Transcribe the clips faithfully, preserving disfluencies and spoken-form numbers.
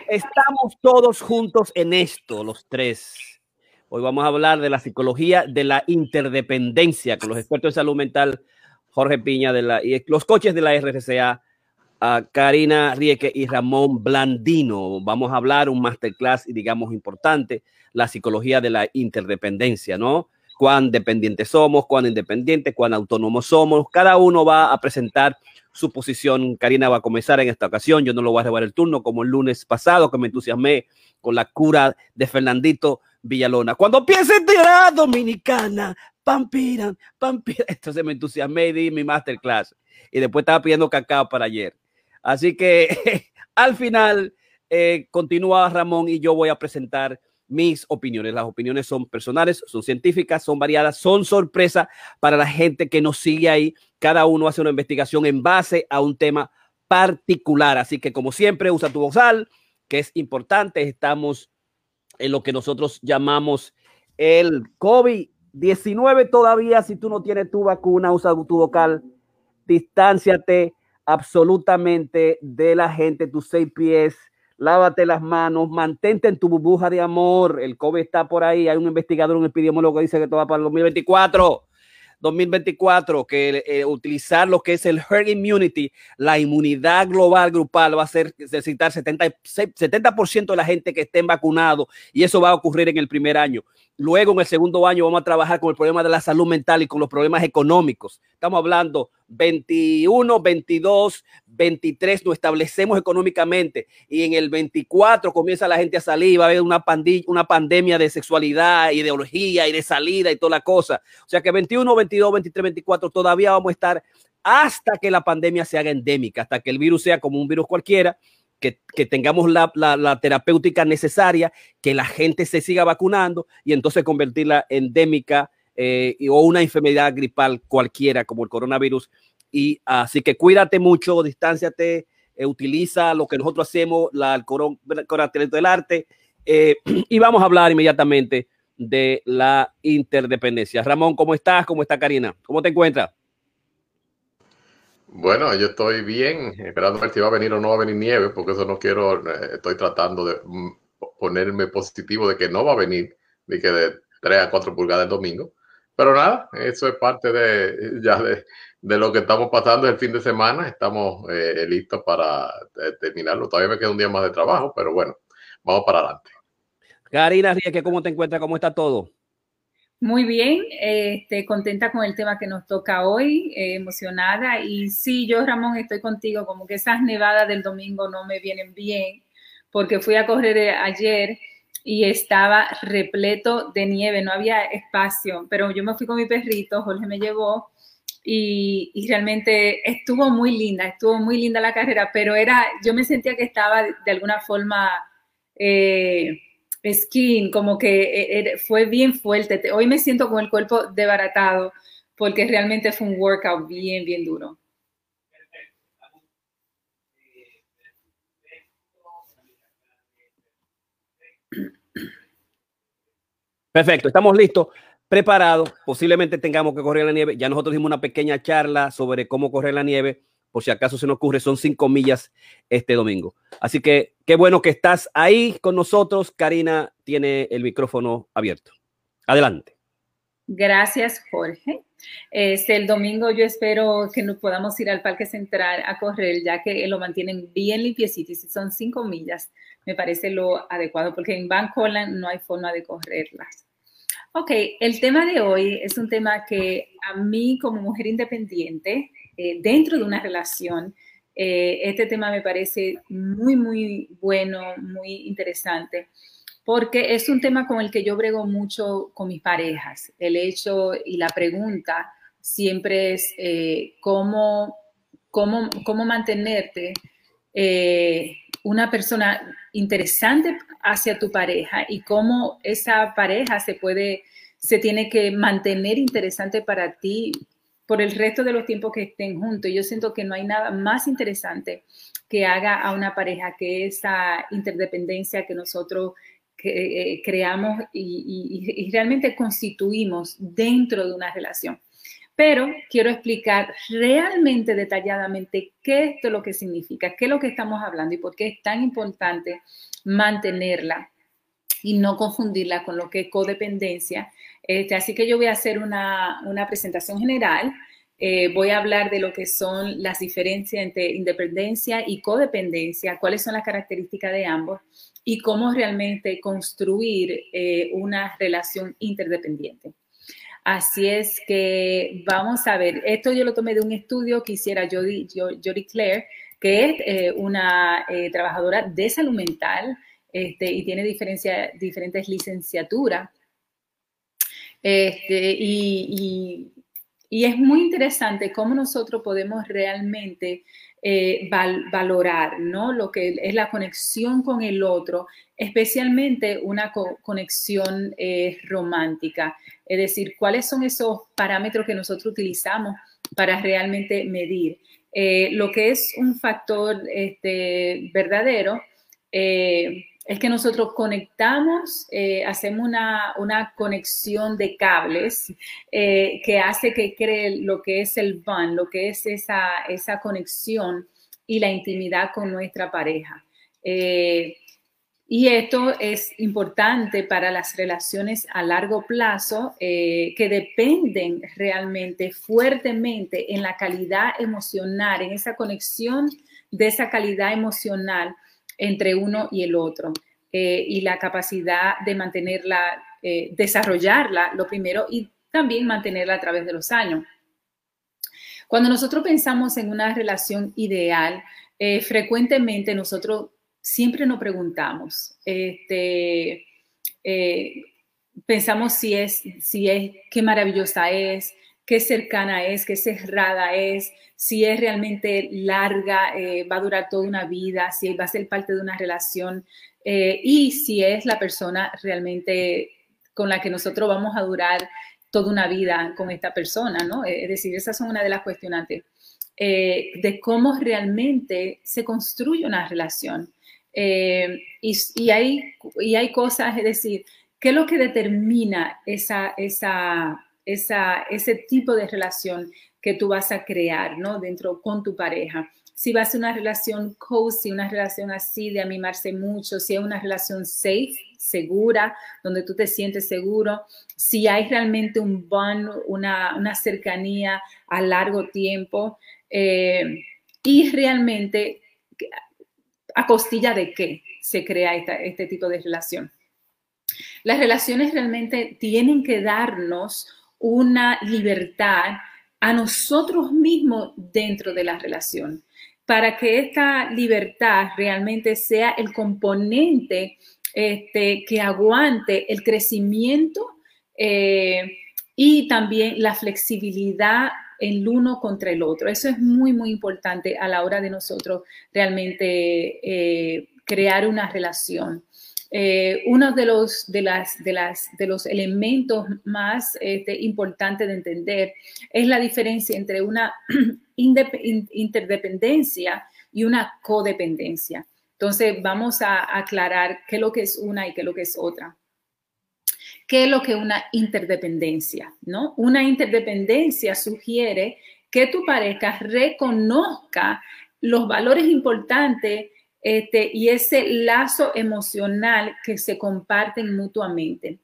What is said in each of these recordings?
Estamos todos juntos en esto, los tres. Hoy vamos a hablar de la psicología de la interdependencia con los expertos en salud mental, Jorge Piña de la, y los coaches de la R C C A, a Karina Rieke y Ramón Blandino. Vamos a hablar un masterclass, y digamos importante, la psicología de la interdependencia, ¿no? Cuán dependientes somos, cuán independientes, cuán autónomos somos. Cada uno va a presentar su posición. Karina va a comenzar en esta ocasión. Yo no lo voy a robar el turno como el lunes pasado, que me entusiasmé con la cura de Fernandito Villalona. Cuando pienses de la dominicana, pampiran, pampiran. Entonces me entusiasmé y di mi masterclass. Y después estaba pidiendo cacao para ayer. Así que al final eh, continúa Ramón y yo voy a presentar mis opiniones. Las opiniones son personales, son científicas, son variadas, son sorpresa para la gente que nos sigue ahí. Cada uno hace una investigación en base a un tema particular. Así que, como siempre, usa tu vocal, que es importante. Estamos en lo que nosotros llamamos el COVID diecinueve todavía. Si tú no tienes tu vacuna, usa tu vocal. Distánciate absolutamente de la gente, tus seis pies. Lávate las manos, mantente en tu burbuja de amor. El COVID está por ahí. Hay un investigador, un epidemiólogo que dice que todo va para el dos mil veinticuatro. dos mil veinticuatro, que eh, utilizar lo que es el herd immunity, la inmunidad global grupal, va a ser necesitar setenta por ciento de la gente que estén vacunados, y eso va a ocurrir en el primer año. Luego, en el segundo año, vamos a trabajar con el problema de la salud mental y con los problemas económicos. Estamos hablando veintiuno, veintidós, veintitrés, nos establecemos económicamente, y en el veinticuatro comienza la gente a salir, va a haber una, pandilla, una pandemia de sexualidad, ideología y de salida y toda la cosa. O sea que veintiuno, veintidós, veintitrés, veinticuatro todavía vamos a estar hasta que la pandemia se haga endémica, hasta que el virus sea como un virus cualquiera, que, que tengamos la, la, la terapéutica necesaria, que la gente se siga vacunando y entonces convertirla endémica eh, o una enfermedad gripal cualquiera como el coronavirus. Y así que cuídate mucho, distánciate, eh, utiliza lo que nosotros hacemos, la, el corazón del arte, eh, y vamos a hablar inmediatamente de la interdependencia. Ramón, ¿cómo estás? ¿Cómo está Karina? ¿Cómo te encuentras? Bueno, yo estoy bien, esperando ver si va a venir o no va a venir nieve, porque eso no quiero, eh, estoy tratando de mm, ponerme positivo de que no va a venir, de que de tres a cuatro pulgadas el domingo. Pero nada, eso es parte de ya de, de lo que estamos pasando el fin de semana. Estamos eh, listos para eh, terminarlo. Todavía me queda un día más de trabajo, pero bueno, vamos para adelante. Karina Rieke, ¿cómo te encuentras? ¿Cómo está todo? Muy bien, este, contenta con el tema que nos toca hoy, eh, emocionada. Y sí, yo, Ramón, estoy contigo, como que esas nevadas del domingo no me vienen bien, porque fui a correr ayer y estaba repleto de nieve, no había espacio, pero yo me fui con mi perrito, Jorge me llevó, y, y realmente estuvo muy linda, estuvo muy linda la carrera, pero era, yo me sentía que estaba de alguna forma... Eh, skin, como que fue bien fuerte. Hoy me siento con el cuerpo desbaratado porque realmente fue un workout bien, bien duro. Perfecto, estamos listos, preparados. Posiblemente tengamos que correr la nieve. Ya nosotros dimos una pequeña charla sobre cómo correr la nieve. Por si acaso se nos ocurre, son cinco millas este domingo. Así que qué bueno que estás ahí con nosotros. Karina tiene el micrófono abierto. Adelante. Gracias, Jorge. Este, el domingo yo espero que nos podamos ir al Parque Central a correr, ya que lo mantienen bien limpiecito, y si son cinco millas, me parece lo adecuado, porque en Van Cortlandt no hay forma de correrlas. Ok, el tema de hoy es un tema que a mí como mujer independiente, eh, dentro de una relación, eh, este tema me parece muy, muy bueno, muy interesante, porque es un tema con el que yo brego mucho con mis parejas. El hecho y la pregunta siempre es eh, cómo, cómo, cómo mantenerte eh, una persona interesante hacia tu pareja, y cómo esa pareja se puede, se tiene que mantener interesante para ti por el resto de los tiempos que estén juntos. Yo siento que no hay nada más interesante que haga a una pareja que esa interdependencia que nosotros que eh, creamos y, y, y realmente constituimos dentro de una relación. pero quiero explicar realmente detalladamente qué es lo que significa, qué es lo que estamos hablando y por qué es tan importante mantenerla y no confundirla con lo que es codependencia. Este, así que yo voy a hacer una, una presentación general. Eh, voy a hablar de lo que son las diferencias entre independencia y codependencia, cuáles son las características de ambos y cómo realmente construir eh, una relación interdependiente. Así es que vamos a ver, esto yo lo tomé de un estudio que hiciera Jody, Jody Clare, que es eh, una eh, trabajadora de salud mental este, y tiene diferencia, diferentes licenciaturas. Este, y, y, y es muy interesante cómo nosotros podemos realmente eh, val, valorar, ¿no? Lo que es la conexión con el otro, especialmente una co conexión eh, romántica. Es decir, cuáles son esos parámetros que nosotros utilizamos para realmente medir. Eh, lo que es un factor este, verdadero eh, es que nosotros conectamos, eh, hacemos una, una conexión de cables eh, que hace que cree lo que es el bond, lo que es esa, esa conexión y la intimidad con nuestra pareja. Eh, Y esto es importante para las relaciones a largo plazo eh, que dependen realmente fuertemente en la calidad emocional, en esa conexión de esa calidad emocional entre uno y el otro eh, y la capacidad de mantenerla, eh, desarrollarla, lo primero, y también mantenerla a través de los años. Cuando nosotros pensamos en una relación ideal, eh, frecuentemente nosotros siempre nos preguntamos, este, eh, pensamos si es, si es, qué maravillosa es, qué cercana es, qué cerrada es, si es realmente larga, eh, va a durar toda una vida, si va a ser parte de una relación eh, y si es la persona realmente con la que nosotros vamos a durar toda una vida con esta persona, ¿no? Es decir, esas son una de las cuestionantes eh, de cómo realmente se construye una relación. Eh, y, y, hay, y hay cosas, es decir, ¿qué es lo que determina esa, esa, esa, ese tipo de relación que tú vas a crear, ¿no? Dentro con tu pareja? Si va a ser una relación cozy, una relación así de mimarse mucho, si es una relación safe, segura, donde tú te sientes seguro, si hay realmente un bond, una, una cercanía a largo tiempo eh, y realmente a costilla de qué se crea esta, este tipo de relación. Las relaciones realmente tienen que darnos una libertad a nosotros mismos dentro de la relación, para que esta libertad realmente sea el componente este, que aguante el crecimiento eh, y también la flexibilidad el uno contra el otro. Eso es muy, muy importante a la hora de nosotros realmente eh, crear una relación. Eh, uno de los, de, las, de, las, de los elementos más este, importantes de entender es la diferencia entre una interdependencia y una codependencia. Entonces, vamos a aclarar qué es lo que es una y qué es lo que es otra. ¿Qué es lo que es una interdependencia? ¿No? Una interdependencia sugiere que tu pareja reconozca los valores importantes este, y ese lazo emocional que se comparten mutuamente.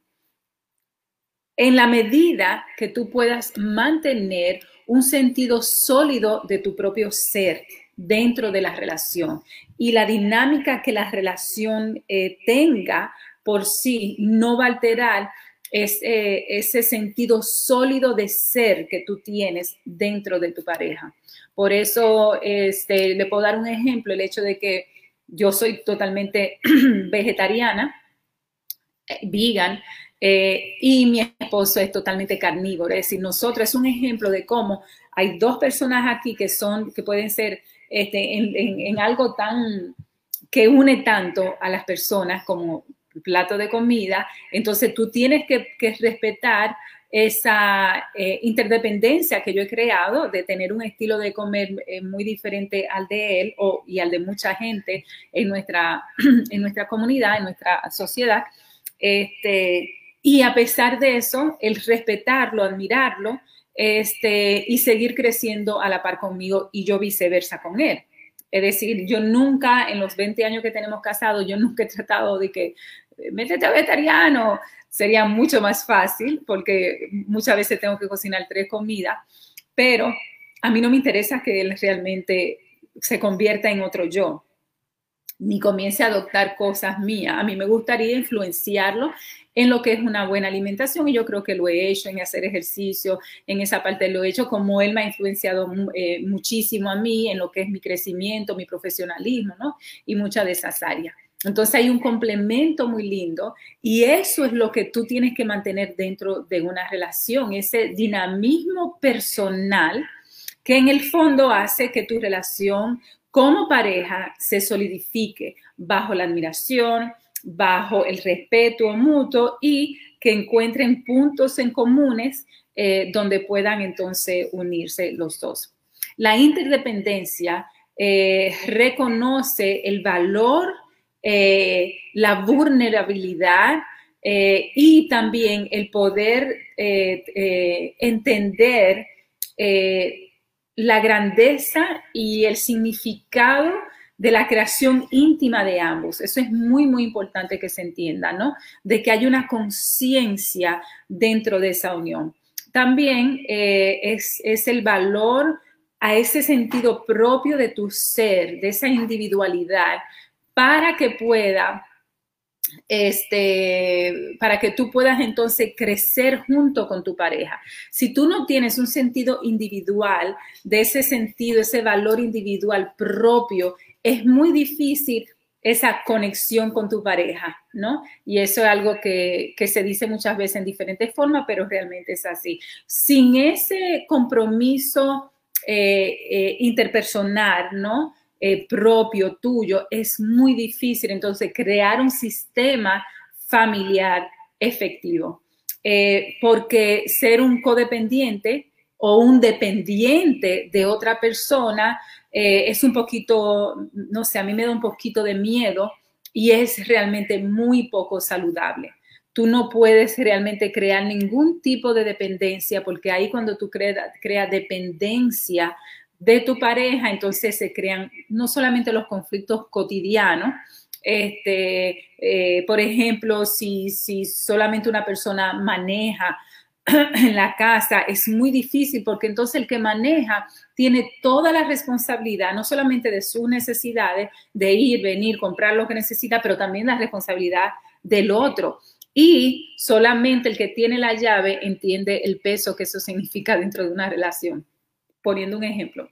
En la medida que tú puedas mantener un sentido sólido de tu propio ser dentro de la relación y la dinámica que la relación eh, tenga por sí no va a alterar es, eh, ese sentido sólido de ser que tú tienes dentro de tu pareja. Por eso este, le puedo dar un ejemplo, el hecho de que yo soy totalmente vegetariana, vegan, eh, y mi esposo es totalmente carnívoro. Es decir, nosotros es un ejemplo de cómo hay dos personas aquí que son, que pueden ser este, en, en, en algo tan, que une tanto a las personas como plato de comida. Entonces tú tienes que, que respetar esa eh, interdependencia que yo he creado de tener un estilo de comer eh, muy diferente al de él o, y al de mucha gente en nuestra, en nuestra comunidad, en nuestra sociedad. Este, y a pesar de eso, el respetarlo, admirarlo, este, y seguir creciendo a la par conmigo y yo viceversa con él. Es decir, yo nunca, en los veinte años que tenemos casados, yo nunca he tratado de que, métete a vegetariano, sería mucho más fácil porque muchas veces tengo que cocinar tres comidas, pero a mí no me interesa que él realmente se convierta en otro yo, ni comience a adoptar cosas mías. A mí me gustaría influenciarlo en lo que es una buena alimentación y yo creo que lo he hecho, en hacer ejercicio, en esa parte lo he hecho, como él me ha influenciado eh, muchísimo a mí en lo que es mi crecimiento, mi profesionalismo, ¿no? Y muchas de esas áreas. Entonces hay un complemento muy lindo y eso es lo que tú tienes que mantener dentro de una relación, ese dinamismo personal que en el fondo hace que tu relación como pareja se solidifique bajo la admiración, bajo el respeto mutuo y que encuentren puntos en comunes eh, donde puedan entonces unirse los dos. La interdependencia eh, reconoce el valor, eh, la vulnerabilidad eh, y también el poder eh, eh, entender eh, la grandeza y el significado de la creación íntima de ambos. Eso es muy, muy importante que se entienda, ¿no? De que hay una conciencia dentro de esa unión. También eh, es, es el valor a ese sentido propio de tu ser, de esa individualidad, para que pueda, este, para que tú puedas entonces crecer junto con tu pareja. Si tú no tienes un sentido individual, de ese sentido, ese valor individual propio, es muy difícil esa conexión con tu pareja, ¿no? Y eso es algo que, que se dice muchas veces en diferentes formas, pero realmente es así. Sin ese compromiso eh, eh, interpersonal, ¿no? Eh, propio, tuyo, es muy difícil entonces crear un sistema familiar efectivo. Eh, porque ser un codependiente o un dependiente de otra persona eh, es un poquito, no sé, a mí me da un poquito de miedo y es realmente muy poco saludable. Tú no puedes realmente crear ningún tipo de dependencia porque ahí cuando tú creas crea dependencia de tu pareja, entonces se crean no solamente los conflictos cotidianos, este, eh, por ejemplo, si, si solamente una persona maneja en la casa, es muy difícil porque entonces el que maneja tiene toda la responsabilidad, no solamente de sus necesidades, de ir, venir, comprar lo que necesita, pero también la responsabilidad del otro. Y solamente el que tiene la llave entiende el peso que eso significa dentro de una relación. Poniendo un ejemplo.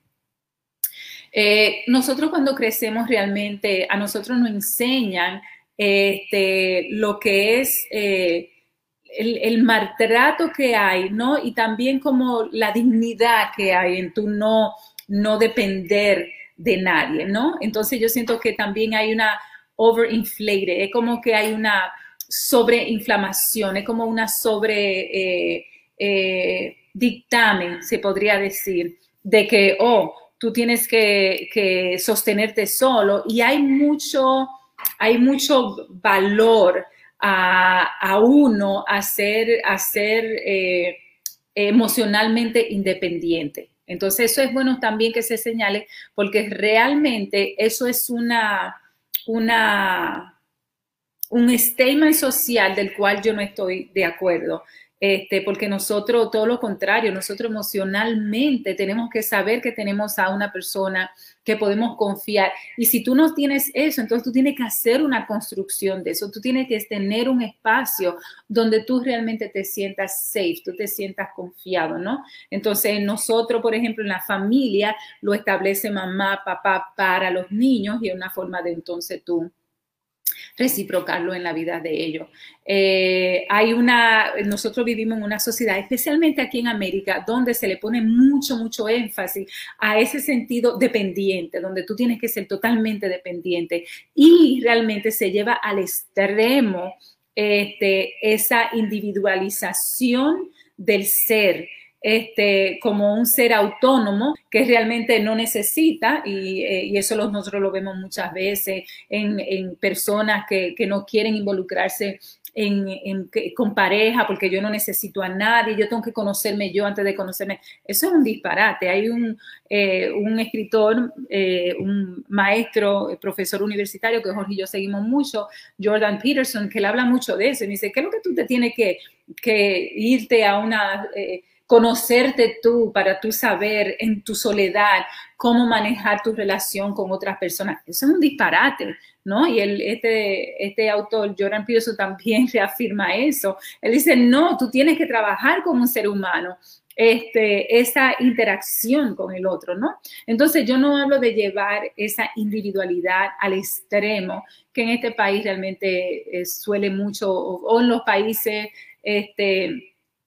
Eh, nosotros cuando crecemos realmente, a nosotros nos enseñan este, lo que es eh, el, el maltrato que hay, ¿no? Y también como la dignidad que hay en tu no, no depender de nadie, ¿no? Entonces yo siento que también hay una overinflated, es como que hay una sobreinflamación, es como una sobre eh, eh, dictamen, se podría decir, de que, oh, tú tienes que, que sostenerte solo y hay mucho, hay mucho valor a, a uno a ser, a ser eh, emocionalmente independiente. Entonces eso es bueno también que se señale porque realmente eso es una, una, un statement social del cual yo no estoy de acuerdo. Este, porque nosotros, todo lo contrario, nosotros emocionalmente tenemos que saber que tenemos a una persona que podemos confiar. Y si tú no tienes eso, entonces tú tienes que hacer una construcción de eso. Tú tienes que tener un espacio donde tú realmente te sientas safe, tú te sientas confiado, ¿no? Entonces nosotros, por ejemplo, en la familia lo establece mamá, papá para los niños y es una forma de entonces tú reciprocarlo en la vida de ellos. Eh, hay una, nosotros vivimos en una sociedad, especialmente aquí en América, donde se le pone mucho, mucho énfasis a ese sentido dependiente, donde tú tienes que ser totalmente dependiente y realmente se lleva al extremo este, esa individualización del ser. este, como un ser autónomo que realmente no necesita, y, eh, y eso lo, nosotros lo vemos muchas veces en, en personas que, que no quieren involucrarse En, en, con pareja, porque yo no necesito a nadie, yo tengo que conocerme yo antes de conocerme. Eso es un disparate. Hay un, eh, un escritor, eh, un maestro, profesor universitario que Jorge y yo seguimos mucho, Jordan Peterson, que él habla mucho de eso y me dice, ¿qué es lo que tú te tienes que, que irte a una... Eh, conocerte tú para tú saber en tu soledad cómo manejar tu relación con otras personas? Eso es un disparate, ¿no? Y el, este, este autor, Jordan Peterson, también reafirma eso. Él dice, no, tú tienes que trabajar como un ser humano, este, esa interacción con el otro, ¿no? Entonces, yo no hablo de llevar esa individualidad al extremo, que en este país realmente eh, suele mucho, o, o en los países, este...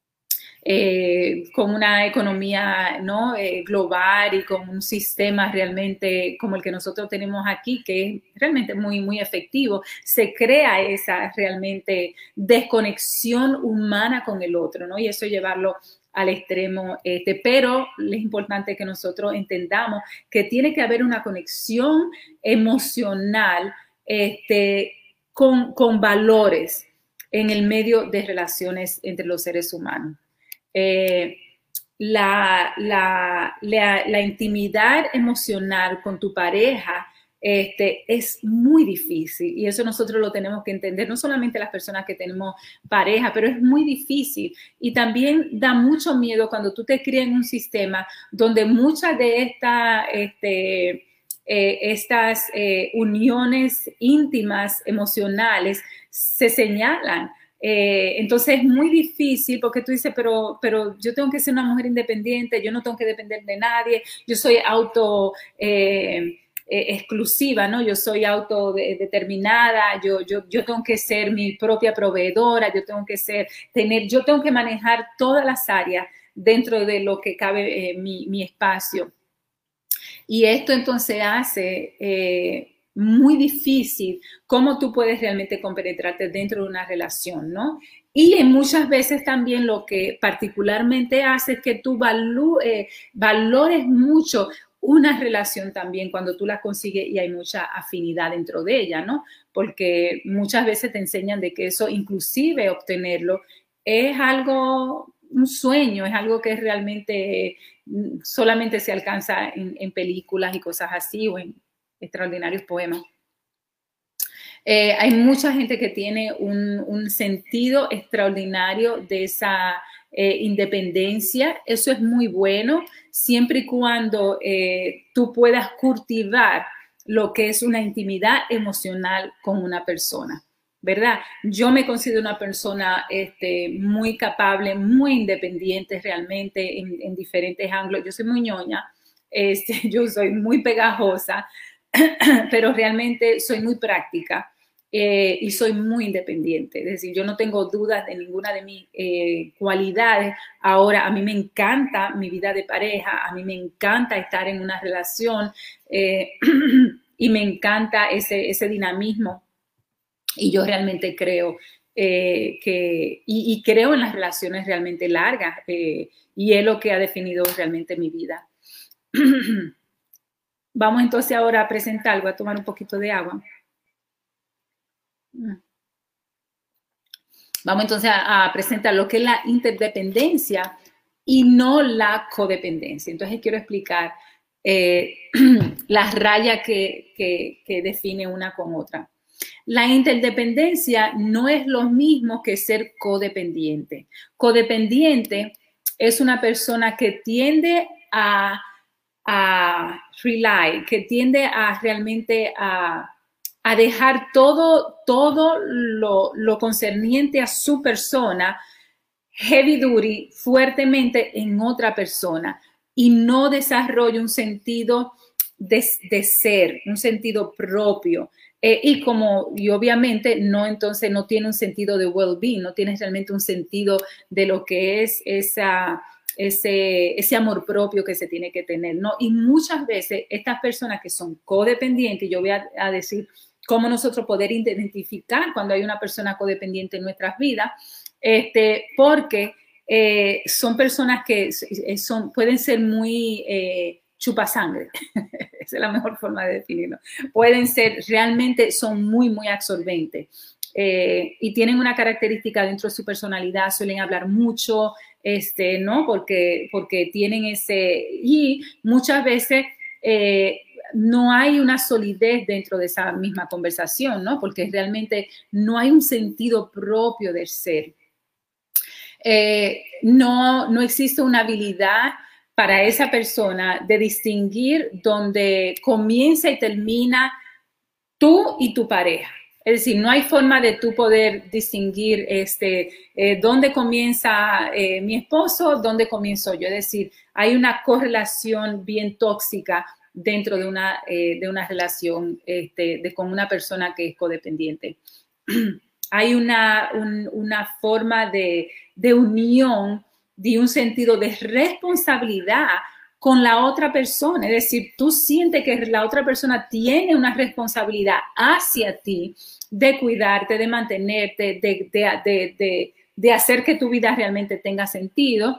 Eh, con una economía, ¿no? eh, global y con un sistema realmente como el que nosotros tenemos aquí, que es realmente muy, muy efectivo, se crea esa realmente desconexión humana con el otro, ¿no? Y eso llevarlo al extremo, este, pero es importante que nosotros entendamos que tiene que haber una conexión emocional este, con, con valores en el medio de relaciones entre los seres humanos. Eh, la, la, la, la intimidad emocional con tu pareja este, es muy difícil, y eso nosotros lo tenemos que entender, no solamente las personas que tenemos pareja, pero es muy difícil, y también da mucho miedo cuando tú te crías en un sistema donde muchas de estas este, eh, estas eh, uniones íntimas emocionales se señalan. Eh, entonces es muy difícil porque tú dices, pero, pero yo tengo que ser una mujer independiente, yo no tengo que depender de nadie, yo soy auto eh, eh, exclusiva, ¿no? Yo soy autodeterminada, yo, yo, yo tengo que ser mi propia proveedora, yo tengo que ser, tener, yo tengo que manejar todas las áreas dentro de lo que cabe eh, mi, mi espacio. Y esto entonces hace... Eh, muy difícil cómo tú puedes realmente compenetrarte dentro de una relación, ¿no? Y en muchas veces también lo que particularmente hace es que tú valú, eh, valores mucho una relación también cuando tú la consigues y hay mucha afinidad dentro de ella, ¿no? Porque muchas veces te enseñan de que eso, inclusive obtenerlo, es algo, un sueño, es algo que realmente solamente se alcanza en, en películas y cosas así, o en extraordinarios poemas. Eh, hay mucha gente que tiene un, un sentido extraordinario de esa eh, independencia. Eso es muy bueno, siempre y cuando eh, tú puedas cultivar lo que es una intimidad emocional con una persona, ¿verdad? Yo me considero una persona este, muy capaz, muy independiente realmente en, en diferentes ángulos. Yo soy muy ñoña, este, yo soy muy pegajosa, pero realmente soy muy práctica eh, y soy muy independiente. Es decir, yo no tengo dudas de ninguna de mis eh, cualidades. Ahora, a mí me encanta mi vida de pareja, a mí me encanta estar en una relación eh, y me encanta ese, ese dinamismo. Y yo realmente creo eh, que, y, y creo en las relaciones realmente largas eh, y es lo que ha definido realmente mi vida. Vamos entonces ahora a presentar, voy a tomar un poquito de agua. Vamos entonces a, a presentar lo que es la interdependencia y no la codependencia. Entonces quiero explicar eh, las rayas que, que, que define una con otra. La interdependencia no es lo mismo que ser codependiente. Codependiente es una persona que tiende a a rely, que tiende a realmente a, a dejar todo, todo lo, lo concerniente a su persona, heavy duty, fuertemente en otra persona y no desarrolla un sentido de, de ser, un sentido propio. Eh, y como, y obviamente no, entonces no tiene un sentido de well-being, no tiene realmente un sentido de lo que es esa... Ese, ese amor propio que se tiene que tener, ¿no? Y muchas veces estas personas que son codependientes, yo voy a, a decir cómo nosotros poder identificar cuando hay una persona codependiente en nuestras vidas, este, porque eh, son personas que son, pueden ser muy eh, chupasangre. Esa es la mejor forma de definirlo. Pueden ser, realmente son muy, muy absorbentes. Eh, y tienen una característica dentro de su personalidad, suelen hablar mucho, este, ¿no? Porque, porque tienen ese... Y muchas veces eh, no hay una solidez dentro de esa misma conversación, ¿no? Porque realmente no hay un sentido propio del ser. Eh, no, no existe una habilidad para esa persona de distinguir dónde comienza y termina tú y tu pareja. Es decir, no hay forma de tú poder distinguir este, eh, dónde comienza eh, mi esposo, dónde comienzo yo. Es decir, hay una correlación bien tóxica dentro de una, eh, de una relación este, de, con una persona que es codependiente. Hay una, un, una forma de, de unión, de un sentido de responsabilidad con la otra persona. Es decir, tú sientes que la otra persona tiene una responsabilidad hacia ti de cuidarte, de mantenerte, de, de, de, de, de hacer que tu vida realmente tenga sentido.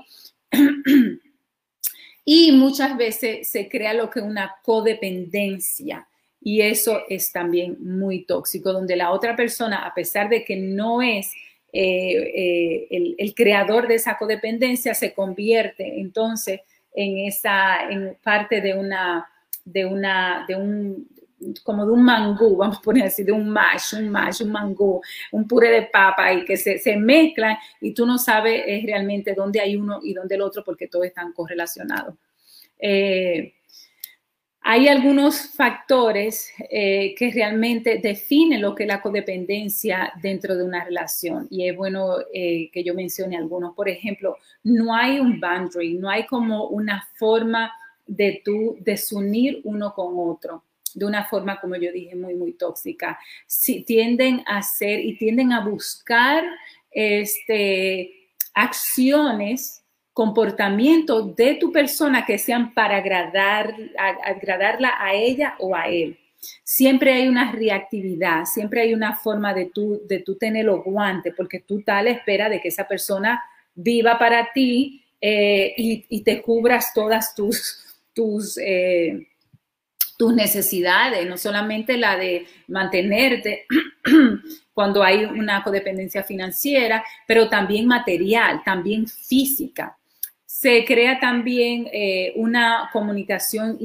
Y muchas veces se crea lo que es una codependencia. Y eso es también muy tóxico, donde la otra persona, a pesar de que no es eh, eh, el, el creador de esa codependencia, se convierte entonces en esa, en parte de una, de una, de un, como de un mangú, vamos a poner así, de un mash, un mash, un mangú, un puré de papa y que se, se mezclan y tú no sabes eh, realmente dónde hay uno y dónde el otro porque todos están correlacionados. Eh, Hay algunos factores eh, que realmente definen lo que es la codependencia dentro de una relación y es bueno eh, que yo mencione algunos. Por ejemplo, no hay un boundary, no hay como una forma de tú desunir uno con otro de una forma, como yo dije, muy, muy tóxica. Sí, tienden a hacer y tienden a buscar este, acciones, comportamientos de tu persona que sean para agradar, a, agradarla a ella o a él. Siempre hay una reactividad, siempre hay una forma de tú, de tú tener los guantes, porque tú estás a la espera de que esa persona viva para ti eh, y, y te cubras todas tus, tus, eh, tus necesidades, no solamente la de mantenerte cuando hay una codependencia financiera, pero también material, también física. Se crea también eh, una comunicación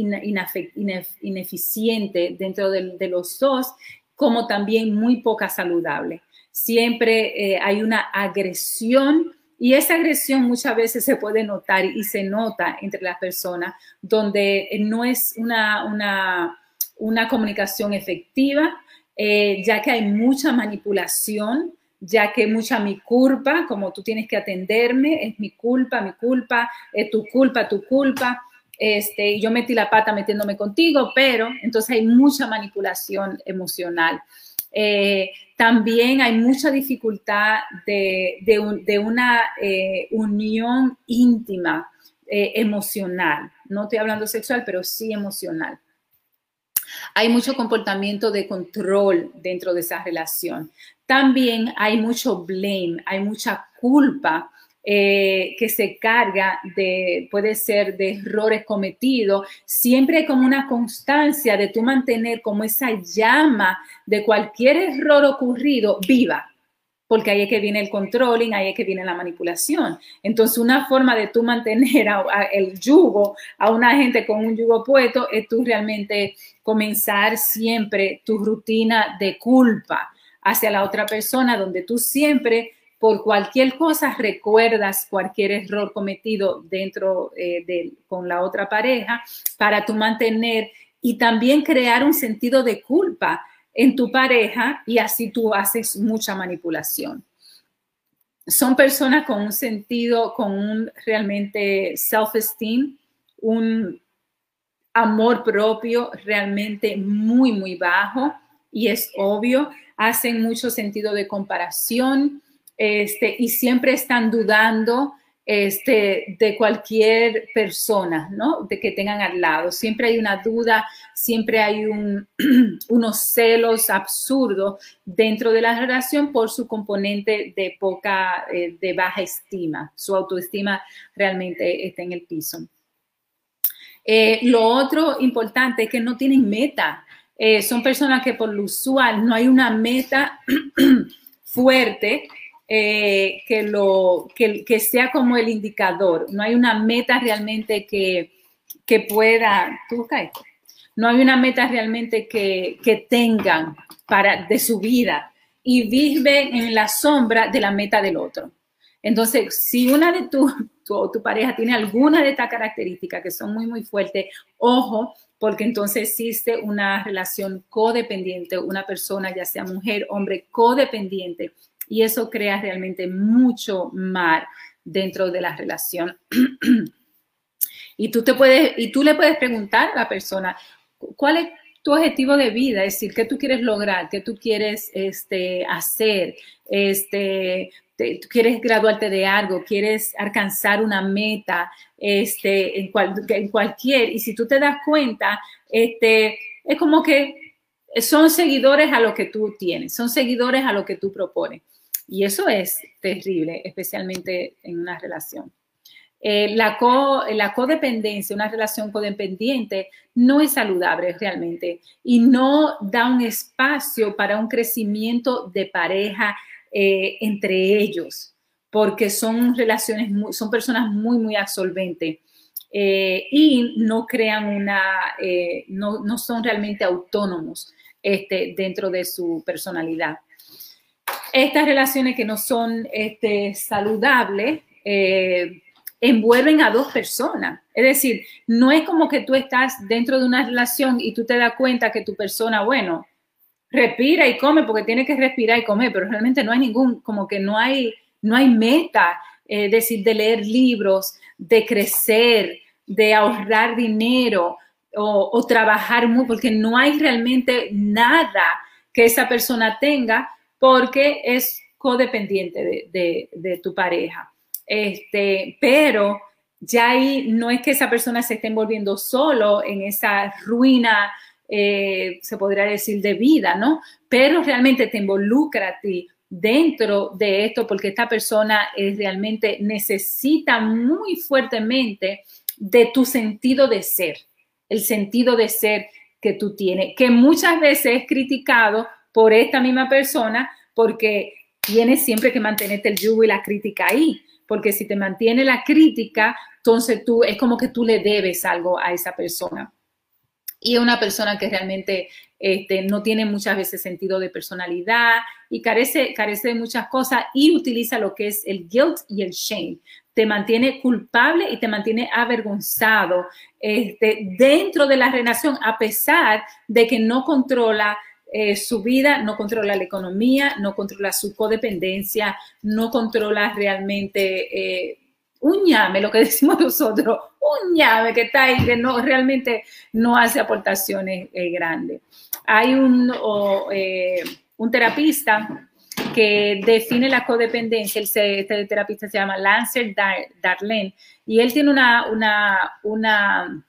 ineficiente dentro de, de los dos, como también muy poca saludable. Siempre eh, hay una agresión y esa agresión muchas veces se puede notar y se nota entre las personas, donde no es una, una, una comunicación efectiva, eh, ya que hay mucha manipulación, ya que mucha mi culpa, como tú tienes que atenderme, es mi culpa, mi culpa, es tu culpa, tu culpa, este, yo metí la pata metiéndome contigo, pero entonces hay mucha manipulación emocional. Eh, también hay mucha dificultad de, de, un, de una eh, unión íntima, eh, emocional. No estoy hablando sexual, pero sí emocional. Hay mucho comportamiento de control dentro de esa relación. También hay mucho blame, hay mucha culpa eh, que se carga de, puede ser de errores cometidos. Siempre hay como una constancia de tú mantener como esa llama de cualquier error ocurrido viva. Porque ahí es que viene el controlling, ahí es que viene la manipulación. Entonces, una forma de tú mantener a, a el yugo a una gente con un yugo puesto es tú realmente comenzar siempre tu rutina de culpa hacia la otra persona, donde tú siempre, por cualquier cosa, recuerdas cualquier error cometido dentro eh, de, con la otra pareja para tú mantener y también crear un sentido de culpa en tu pareja y así tú haces mucha manipulación. Son personas con un sentido, con un realmente self-esteem, un amor propio realmente muy, muy bajo y es obvio, hacen mucho sentido de comparación este, y siempre están dudando este, de cualquier persona, ¿no? De que tengan al lado. Siempre hay una duda, siempre hay un, unos celos absurdos dentro de la relación por su componente de poca, eh, de baja estima. Su autoestima realmente está en el piso. Eh, lo otro importante es que no tienen meta. Eh, son personas que por lo usual no hay una meta fuerte eh, que, lo, que, que sea como el indicador. No hay una meta realmente que, que pueda... ¿Tú caes? No hay una meta realmente que, que tengan para, de su vida y viven en la sombra de la meta del otro. Entonces, si una de tu, tu, tu pareja tiene alguna de estas características que son muy, muy fuertes, ojo, porque entonces existe una relación codependiente, una persona, ya sea mujer, hombre, codependiente, y eso crea realmente mucho mal dentro de la relación. Y tú, te puedes, y tú le puedes preguntar a la persona, ¿cuál es tu objetivo de vida? Es decir, ¿qué tú quieres lograr? ¿Qué tú quieres este, hacer? Este, te, ¿tú quieres graduarte de algo? ¿Quieres alcanzar una meta este, en, cual, en cualquier? Y si tú te das cuenta, este, es como que son seguidores a lo que tú tienes, son seguidores a lo que tú propones. Y eso es terrible, especialmente en una relación. Eh, la, co, la codependencia, una relación codependiente, no es saludable realmente y no da un espacio para un crecimiento de pareja eh, entre ellos, porque son relaciones, muy, son personas muy, muy absolventes eh, y no crean una, eh, no, no son realmente autónomos este, dentro de su personalidad. Estas relaciones que no son este, saludables, eh, envuelven a dos personas. Es decir, no es como que tú estás dentro de una relación y tú te das cuenta que tu persona, bueno, respira y come porque tiene que respirar y comer, pero realmente no hay ningún, como que no hay, no hay meta, eh, es decir, de leer libros, de crecer, de ahorrar dinero o, o trabajar mucho, porque no hay realmente nada que esa persona tenga porque es codependiente de, de, de tu pareja. Este, pero ya ahí no es que esa persona se esté envolviendo solo en esa ruina, eh, se podría decir, de vida, ¿no? Pero realmente te involucra a ti dentro de esto porque esta persona es, realmente necesita muy fuertemente de tu sentido de ser, el sentido de ser que tú tienes, que muchas veces es criticado por esta misma persona porque tienes siempre que mantenerte el yugo y la crítica ahí. Porque si te mantiene la crítica, entonces tú, es como que tú le debes algo a esa persona. Y es una persona que realmente este, no tiene muchas veces sentido de personalidad y carece, carece de muchas cosas y utiliza lo que es el guilt y el shame. Te mantiene culpable y te mantiene avergonzado este, dentro de la relación, a pesar de que no controla Eh, su vida, no controla la economía, no controla su codependencia, no controla realmente eh, un ñame, lo que decimos nosotros, un ñame que está ahí, que no, realmente no hace aportaciones eh, grandes. Hay un, oh, eh, un terapista que define la codependencia, el, este terapista se llama Lancer Darlene, y él tiene una... una, una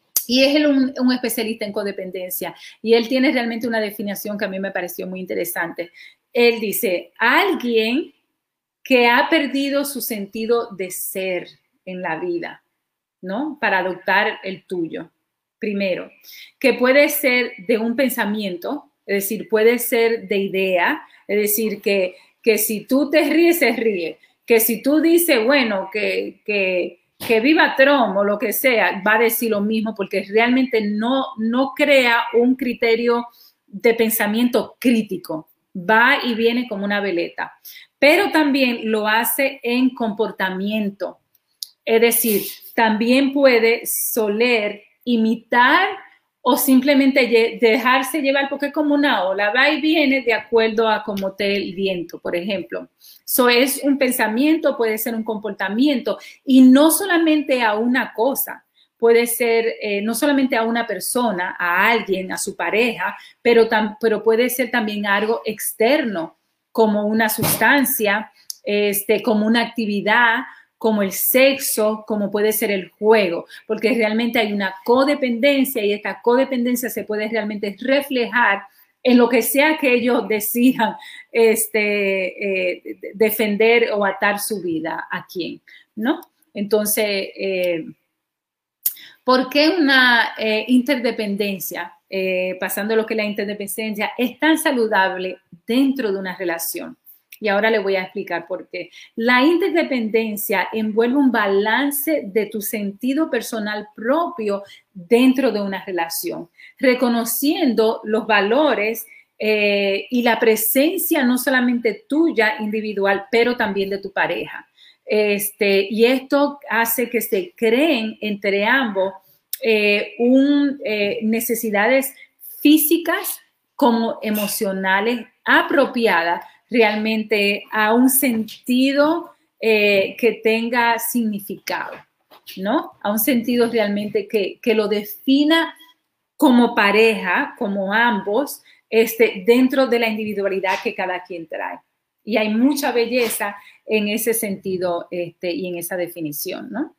Y es él un, un especialista en codependencia y él tiene realmente una definición que a mí me pareció muy interesante. Él dice, alguien que ha perdido su sentido de ser en la vida, ¿no? Para adoptar el tuyo. Primero, que puede ser de un pensamiento, es decir, puede ser de idea, es decir, que, que si tú te ríes, se ríe. Que si tú dices, bueno, que... que que viva Trump o lo que sea, va a decir lo mismo porque realmente no, no crea un criterio de pensamiento crítico. Va y viene como una veleta. Pero también lo hace en comportamiento. Es decir, también puede soler imitar o simplemente dejarse llevar porque es como una ola, va y viene de acuerdo a cómo esté el viento, por ejemplo. Eso es un pensamiento, puede ser un comportamiento y no solamente a una cosa, puede ser eh, no solamente a una persona, a alguien, a su pareja, pero, tam, pero puede ser también algo externo, como una sustancia, este, como una actividad, como el sexo, como puede ser el juego, porque realmente hay una codependencia y esta codependencia se puede realmente reflejar en lo que sea que ellos decidan este, eh, defender o atar su vida a quién, ¿no? Entonces, eh, ¿por qué una eh, interdependencia, eh, pasando lo que es la interdependencia, es tan saludable dentro de una relación? Y ahora le voy a explicar por qué. La interdependencia envuelve un balance de tu sentido personal propio dentro de una relación, reconociendo los valores eh, y la presencia no solamente tuya individual, pero también de tu pareja. Este, y esto hace que se creen entre ambos eh, un, eh, necesidades físicas como emocionales apropiadas realmente a un sentido eh, que tenga significado, ¿no? A un sentido realmente que, que lo defina como pareja, como ambos, este, dentro de la individualidad que cada quien trae. Y hay mucha belleza en ese sentido este, y en esa definición, ¿no?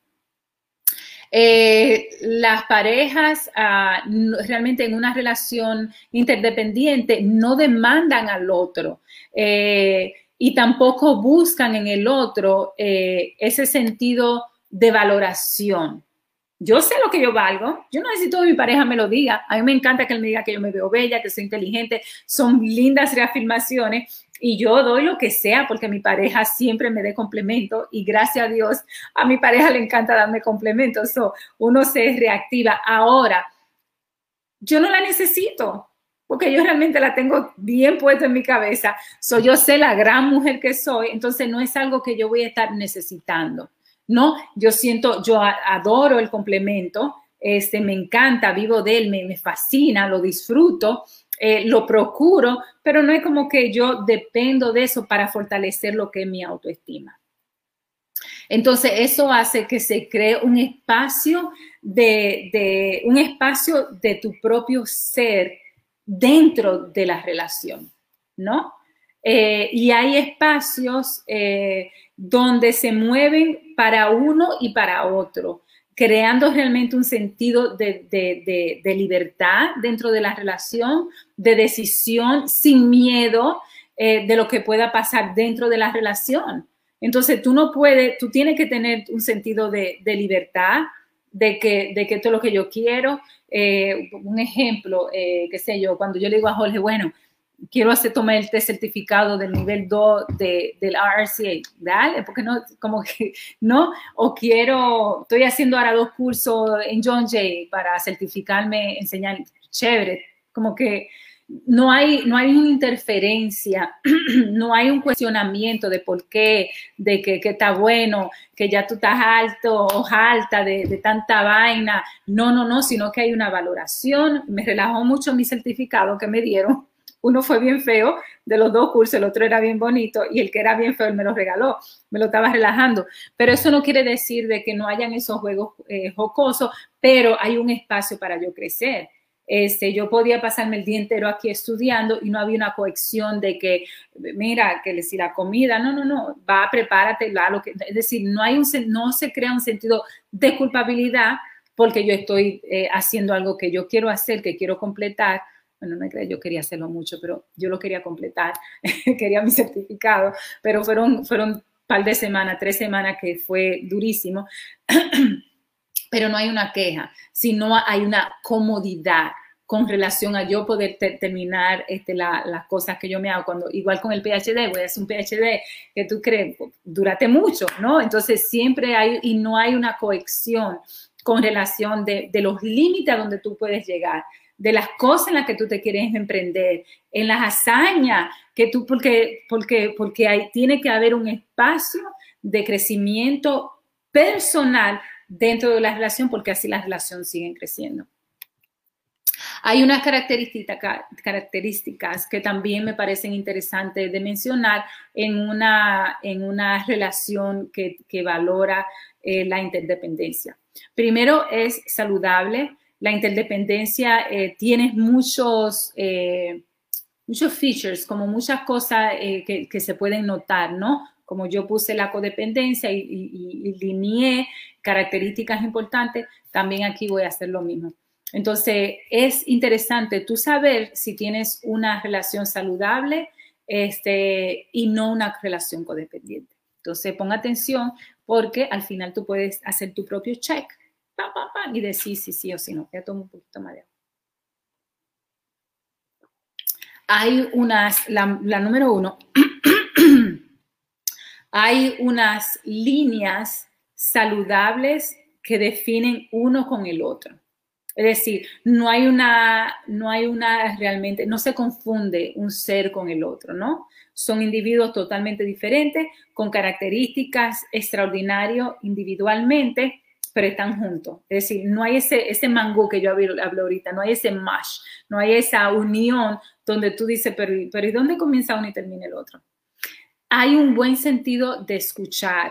Eh, las parejas uh, no, realmente en una relación interdependiente no demandan al otro eh, y tampoco buscan en el otro eh, ese sentido de valoración. Yo sé lo que yo valgo, yo no necesito que mi pareja me lo diga, a mí me encanta que él me diga que yo me veo bella, que soy inteligente, son lindas reafirmaciones y yo doy lo que sea porque mi pareja siempre me dé complemento y gracias a Dios a mi pareja le encanta darme complementos, so, uno se reactiva. Ahora, yo no la necesito porque yo realmente la tengo bien puesta en mi cabeza, so, yo sé la gran mujer que soy, entonces no es algo que yo voy a estar necesitando. No, yo siento, yo adoro el complemento, este, me encanta, vivo de él, me, me fascina, lo disfruto, eh, lo procuro, pero no es como que yo dependo de eso para fortalecer lo que es mi autoestima. Entonces, eso hace que se cree un espacio de, de, un espacio de tu propio ser dentro de la relación, ¿no? Eh, y hay espacios eh, donde se mueven para uno y para otro, creando realmente un sentido de, de, de, de libertad dentro de la relación, de decisión sin miedo eh, de lo que pueda pasar dentro de la relación. Entonces tú no puedes, tú tienes que tener un sentido de, de libertad, de que, de que esto es lo que yo quiero. Eh, un ejemplo, eh, qué sé yo, cuando yo le digo a Jorge, bueno, quiero hacer tomar el test certificado del nivel dos de, del R R C A, dale, porque no, como que, no, o quiero, estoy haciendo ahora dos cursos en John Jay para certificarme, enseñar, chévere, como que no hay, no hay una interferencia, no hay un cuestionamiento de por qué, de que, que está bueno, que ya tú estás alto o alta de, de tanta vaina, no, no, no, sino que hay una valoración. Me relajó mucho mi certificado que me dieron. Uno fue bien feo de los dos cursos, el otro era bien bonito y el que era bien feo él me lo regaló, me lo estaba relajando. Pero eso no quiere decir de que no hayan esos juegos eh, jocosos, pero hay un espacio para yo crecer. Este, yo podía pasarme el día entero aquí estudiando y no había una cohesión de que, mira, que si la comida, no, no, no, va, prepárate, va, lo que, es decir, no, hay un, no se crea un sentido de culpabilidad porque yo estoy eh, haciendo algo que yo quiero hacer, que quiero completar. Bueno, no creo, yo quería hacerlo mucho, pero yo lo quería completar, quería mi certificado, pero fueron, fueron un par de semanas, tres semanas que fue durísimo, pero no hay una queja, sino hay una comodidad con relación a yo poder ter terminar este, la, las cosas que yo me hago. Cuando, igual con el P H D, voy a hacer un P H D que tú crees, dúrate mucho, ¿no? Entonces siempre hay, y no hay una cohesión con relación de, de los límites a donde tú puedes llegar, de las cosas en las que tú te quieres emprender, en las hazañas que tú, porque, porque, porque hay, tiene que haber un espacio de crecimiento personal dentro de la relación, porque así las relaciones siguen creciendo. Hay unas características, características que también me parecen interesantes de mencionar en una, en una relación que, que valora eh, la interdependencia. Primero, es saludable. La interdependencia eh, tiene muchos, eh, muchos features, como muchas cosas eh, que, que se pueden notar, ¿no? como yo puse la codependencia y, y, y lineé características importantes, también aquí voy a hacer lo mismo. Entonces, es interesante tú saber si tienes una relación saludable este, y no una relación codependiente. Entonces, pon atención porque al final tú puedes hacer tu propio check pa, pa, pa, y decir si sí o si no. Ya tomo un poquito más de agua. Hay unas, la, la número uno, hay unas líneas saludables que definen uno con el otro. Es decir, no hay una, no hay una realmente, no se confunde un ser con el otro, ¿no? Son individuos totalmente diferentes, con características extraordinarias individualmente, pero están juntos. Es decir, no hay ese, ese mango que yo hablo, hablo ahorita, no hay ese mash, no hay esa unión donde tú dices, pero, pero ¿y dónde comienza uno y termina el otro? Hay un buen sentido de escuchar,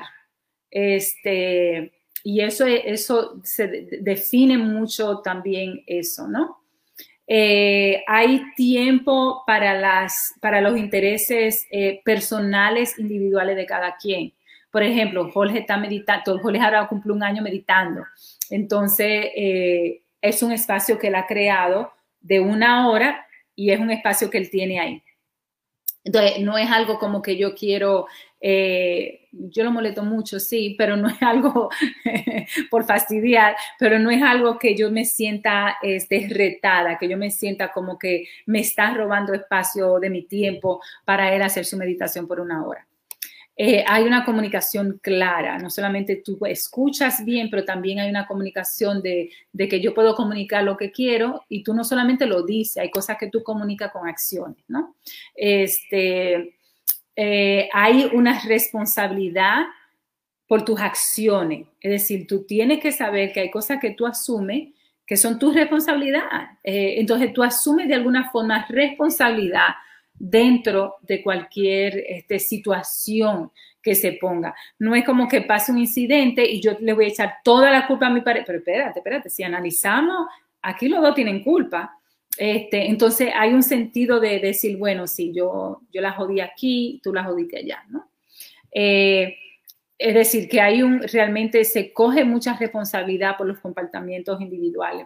este... Y eso, eso se define mucho también eso, ¿no? Eh, hay tiempo para, las, para los intereses eh, personales, individuales de cada quien. Por ejemplo, Jorge está meditando, Jorge ahora cumple un año meditando. Entonces, eh, es un espacio que él ha creado de una hora y es un espacio que él tiene ahí. Entonces, no es algo como que yo quiero, eh, yo lo molesto mucho, sí, pero no es algo por fastidiar, pero no es algo que yo me sienta este, retada, que yo me sienta como que me está robando espacio de mi tiempo para él hacer su meditación por una hora. Eh, hay una comunicación clara, no solamente tú escuchas bien, pero también hay una comunicación de, de que yo puedo comunicar lo que quiero y tú no solamente lo dices, hay cosas que tú comunicas con acciones, ¿no? Este, eh, hay una responsabilidad por tus acciones, es decir, tú tienes que saber que hay cosas que tú asumes que son tu responsabilidad, eh, entonces tú asumes de alguna forma responsabilidad dentro de cualquier este, situación que se ponga. No es como que pase un incidente y yo le voy a echar toda la culpa a mi pareja. Pero espérate, espérate, si analizamos, aquí los dos tienen culpa. Este, entonces hay un sentido de decir, bueno, sí, yo, yo la jodí aquí, tú la jodiste allá, ¿no? Eh, es decir, que hay un, realmente se coge mucha responsabilidad por los comportamientos individuales.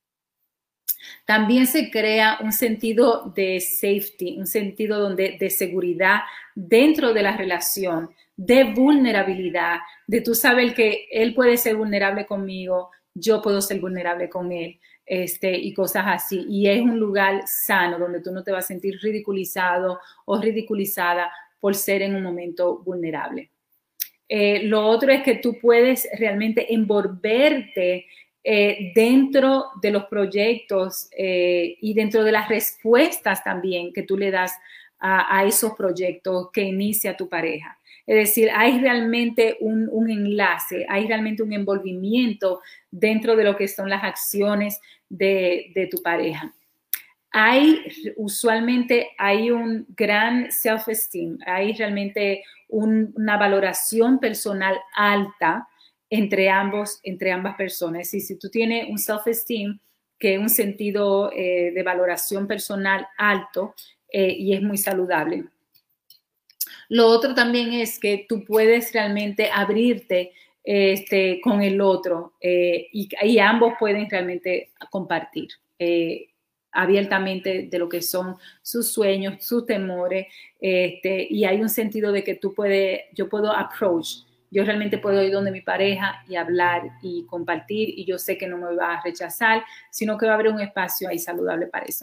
También se crea un sentido de safety, un sentido donde, de seguridad dentro de la relación, de vulnerabilidad, de tú saber que él puede ser vulnerable conmigo, yo puedo ser vulnerable con él, este, y cosas así. Y es un lugar sano donde tú no te vas a sentir ridiculizado o ridiculizada por ser en un momento vulnerable. Eh, lo otro es que tú puedes realmente envolverte Eh, dentro de los proyectos eh, y dentro de las respuestas también que tú le das a, a esos proyectos que inicia tu pareja. Es decir, hay realmente un, un enlace, hay realmente un envolvimiento dentro de lo que son las acciones de, de tu pareja. Hay, usualmente hay un gran self-esteem, hay realmente un, una valoración personal alta entre ambos, entre ambas personas. Y si tú tienes un self-esteem, que es un sentido eh, de valoración personal alto eh, y es muy saludable. Lo otro también es que tú puedes realmente abrirte este, con el otro eh, y, y ambos pueden realmente compartir eh, abiertamente de lo que son sus sueños, sus temores, este, y hay un sentido de que tú puedes, yo puedo approach, yo realmente puedo ir donde mi pareja y hablar y compartir y yo sé que no me va a rechazar, sino que va a haber un espacio ahí saludable para eso.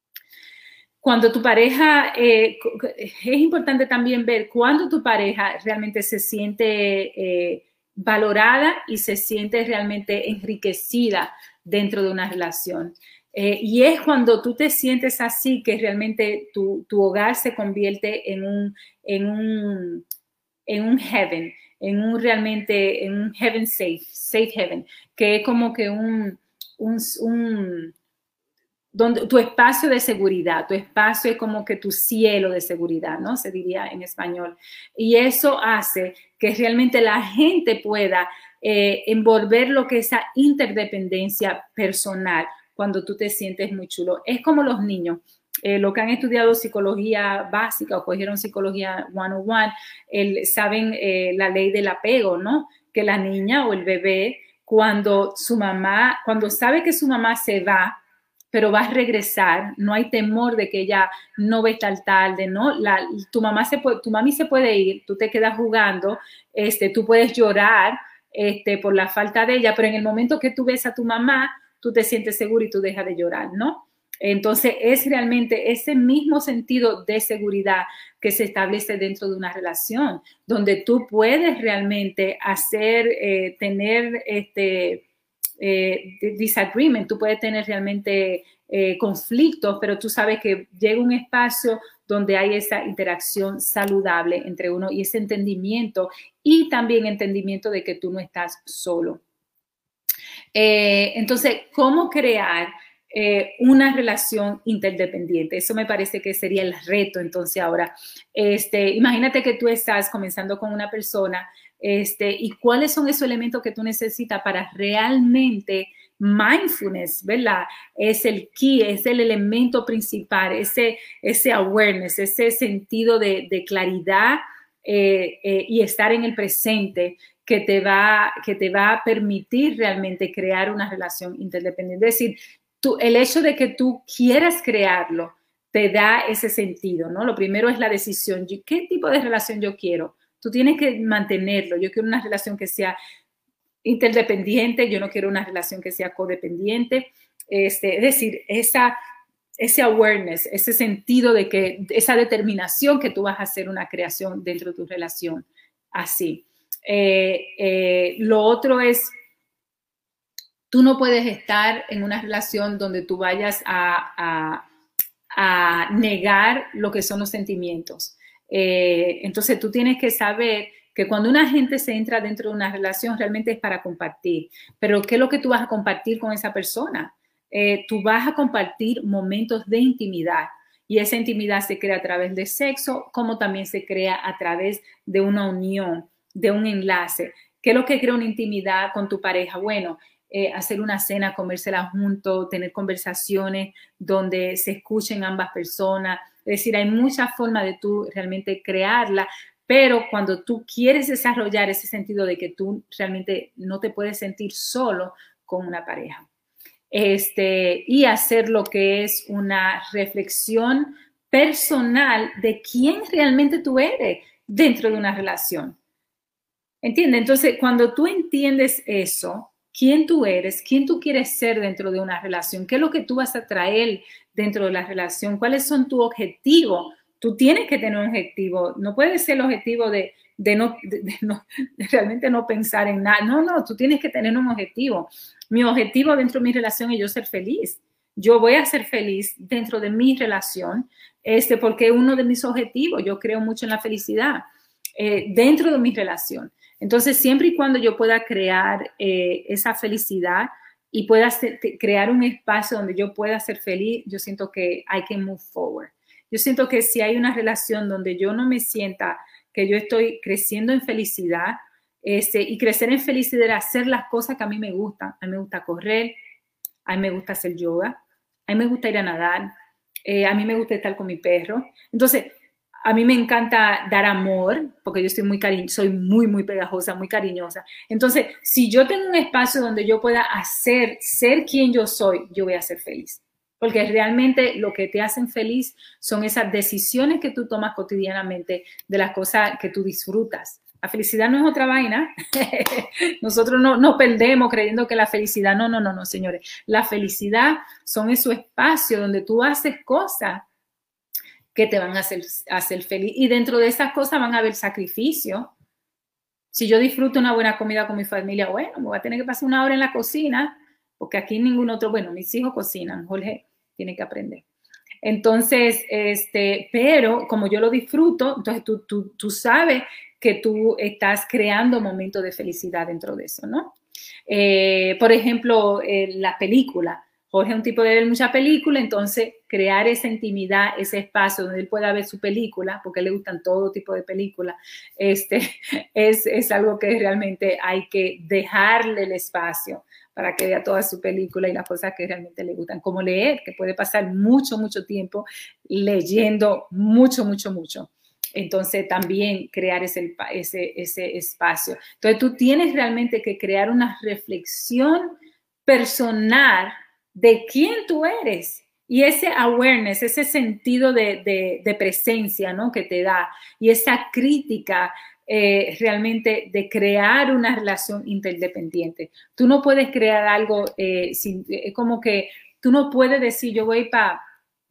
Cuando tu pareja, eh, es importante también ver cuando tu pareja realmente se siente eh, valorada y se siente realmente enriquecida dentro de una relación. Eh, y es cuando tú te sientes así que realmente tu, tu hogar se convierte en un, en un, en un heaven, en un realmente, en un heaven safe, safe heaven, que es como que un, un, un donde, tu espacio de seguridad, tu espacio es como que tu cielo de seguridad, ¿no? Se diría en español. Y eso hace que realmente la gente pueda eh, envolver lo que es esa interdependencia personal cuando tú te sientes muy chulo. Es como los niños. eh, los que han estudiado psicología básica o cogieron psicología ciento uno, el, saben eh, la ley del apego, ¿no? Que la niña o el bebé, cuando su mamá, cuando sabe que su mamá se va, pero va a regresar, no hay temor de que ella no ve tal tarde, ¿no? La, tu mamá se puede, tu mami se puede ir, tú te quedas jugando, este, tú puedes llorar este, por la falta de ella, pero en el momento que tú ves a tu mamá, tú te sientes seguro y tú dejas de llorar, ¿no? Entonces, es realmente ese mismo sentido de seguridad que se establece dentro de una relación, donde tú puedes realmente hacer, eh, tener este... Eh, disagreement, tú puedes tener realmente eh, conflictos, pero tú sabes que llega un espacio donde hay esa interacción saludable entre uno y ese entendimiento y también entendimiento de que tú no estás solo. Eh, entonces, ¿cómo crear eh, una relación interdependiente? Eso me parece que sería el reto. Entonces, ahora, este, imagínate que tú estás comenzando con una persona Este, y cuáles son esos elementos que tú necesitas para realmente mindfulness, ¿verdad? Es el key, es el elemento principal, ese, ese awareness, ese sentido de, de claridad eh, eh, y estar en el presente que te, va, que te va a permitir realmente crear una relación interdependiente. Es decir, tú, el hecho de que tú quieras crearlo te da ese sentido, ¿no? Lo primero es la decisión. ¿Qué tipo de relación yo quiero? Tú tienes que mantenerlo. Yo quiero una relación que sea interdependiente, yo no quiero una relación que sea codependiente. Este, es decir, esa, ese awareness, ese sentido de que, esa determinación que tú vas a hacer una creación dentro de tu relación. Así. Eh, eh, lo otro es, tú no puedes estar en una relación donde tú vayas a, a, a negar lo que son los sentimientos. Eh, entonces tú tienes que saber que cuando una gente se entra dentro de una relación realmente es para compartir, pero ¿qué es lo que tú vas a compartir con esa persona? Eh, tú vas a compartir momentos de intimidad y esa intimidad se crea a través de sexo, como también se crea a través de una unión, de un enlace. ¿Qué es lo que crea una intimidad con tu pareja? Bueno, eh, hacer una cena, comérsela juntos, tener conversaciones donde se escuchen ambas personas. Es decir, hay muchas formas de tú realmente crearla, pero cuando tú quieres desarrollar ese sentido de que tú realmente no te puedes sentir solo con una pareja. Este, y hacer lo que es una reflexión personal de quién realmente tú eres dentro de una relación. ¿Entiendes? Entonces, cuando tú entiendes eso, quién tú eres, quién tú quieres ser dentro de una relación, qué es lo que tú vas a traer dentro de la relación, cuáles son tus objetivos. Tú tienes que tener un objetivo. No puede ser el objetivo de, de, no, de, de, no, de realmente no pensar en nada. No, no, tú tienes que tener un objetivo. Mi objetivo dentro de mi relación es yo ser feliz. Yo voy a ser feliz dentro de mi relación, este, porque es uno de mis objetivos. Yo creo mucho en la felicidad eh, dentro de mi relación. Entonces, siempre y cuando yo pueda crear eh, esa felicidad y pueda ser, crear un espacio donde yo pueda ser feliz, yo siento que I can move forward. Yo siento que si hay una relación donde yo no me sienta que yo estoy creciendo en felicidad, este, y crecer en felicidad es hacer las cosas que a mí me gustan. A mí me gusta correr, a mí me gusta hacer yoga, a mí me gusta ir a nadar, eh, a mí me gusta estar con mi perro. Entonces, a mí me encanta dar amor, porque yo soy muy cari- soy muy, muy pegajosa, muy cariñosa. Entonces, si yo tengo un espacio donde yo pueda hacer, ser quien yo soy, yo voy a ser feliz. Porque realmente lo que te hacen feliz son esas decisiones que tú tomas cotidianamente de las cosas que tú disfrutas. La felicidad no es otra vaina. Nosotros no nos perdemos creyendo que la felicidad, no, no, no, no, señores. La felicidad son esos espacios donde tú haces cosas que te van a hacer, hacer feliz. Y dentro de esas cosas van a haber sacrificios. Si yo disfruto una buena comida con mi familia, bueno, me voy a tener que pasar una hora en la cocina, porque aquí ningún otro, bueno, mis hijos cocinan, Jorge tiene que aprender. Entonces, este, pero como yo lo disfruto, entonces tú, tú, tú sabes que tú estás creando momentos de felicidad dentro de eso, ¿no? Eh, por ejemplo, eh, la película. Jorge es un tipo de ver mucha película, entonces crear esa intimidad, ese espacio donde él pueda ver su película, porque le gustan todo tipo de películas, este, es, es algo que realmente hay que dejarle el espacio para que vea toda su película y las cosas que realmente le gustan, como leer, que puede pasar mucho, mucho tiempo leyendo mucho, mucho, mucho. Entonces también crear ese, ese, ese espacio. Entonces tú tienes realmente que crear una reflexión personal de quién tú eres y ese awareness, ese sentido de, de, de presencia, ¿no?, que te da, y esa crítica eh, realmente de crear una relación interdependiente. Tú no puedes crear algo eh, sin, eh, como que tú no puedes decir yo voy para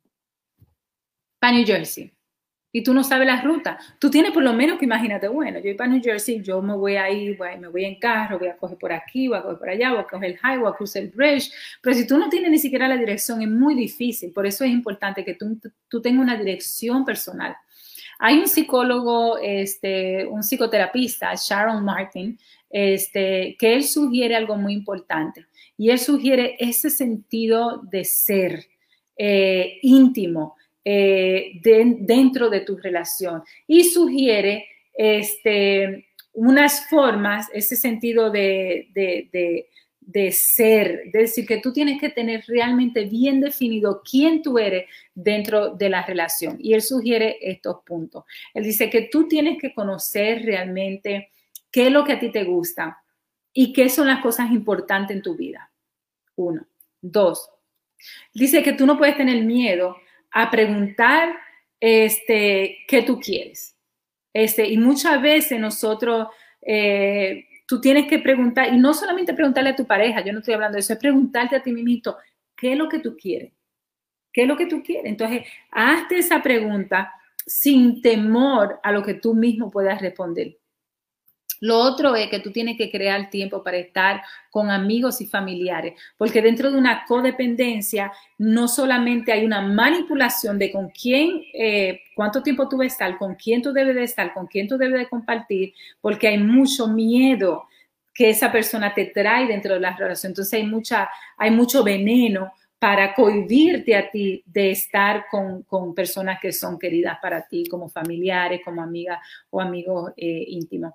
pa New Jersey y tú no sabes la ruta. Tú tienes por lo menos que imagínate, bueno, yo voy para New Jersey, yo me voy a ir, voy, me voy en carro, voy a coger por aquí, voy a coger por allá, voy a coger el highway, voy a cruzar el bridge. Pero si tú no tienes ni siquiera la dirección, es muy difícil. Por eso es importante que tú, tú tengas una dirección personal. Hay un psicólogo, este, un psicoterapista, Sharon Martin, este, que él sugiere algo muy importante. Y él sugiere ese sentido de ser eh, íntimo, Eh, de, dentro de tu relación, y sugiere este, unas formas, ese sentido de, de, de, de ser, es decir, que tú tienes que tener realmente bien definido quién tú eres dentro de la relación, y él sugiere estos puntos. Él dice que tú tienes que conocer realmente qué es lo que a ti te gusta y qué son las cosas importantes en tu vida. Uno. Dos. Dice que tú no puedes tener miedo a preguntar este, qué tú quieres. Este, y muchas veces nosotros, eh, tú tienes que preguntar, y no solamente preguntarle a tu pareja, yo no estoy hablando de eso, es preguntarte a ti mismo, ¿qué es lo que tú quieres? ¿Qué es lo que tú quieres? Entonces, hazte esa pregunta sin temor a lo que tú mismo puedas responder. Lo otro es que tú tienes que crear tiempo para estar con amigos y familiares, porque dentro de una codependencia no solamente hay una manipulación de con quién, eh, cuánto tiempo tú vas a estar, con quién tú debes de estar, con quién tú debes de compartir, porque hay mucho miedo que esa persona te trae dentro de la relación. Entonces hay, mucha, hay mucho veneno para cohibirte a ti de estar con, con personas que son queridas para ti, como familiares, como amigas o amigos eh, íntimos.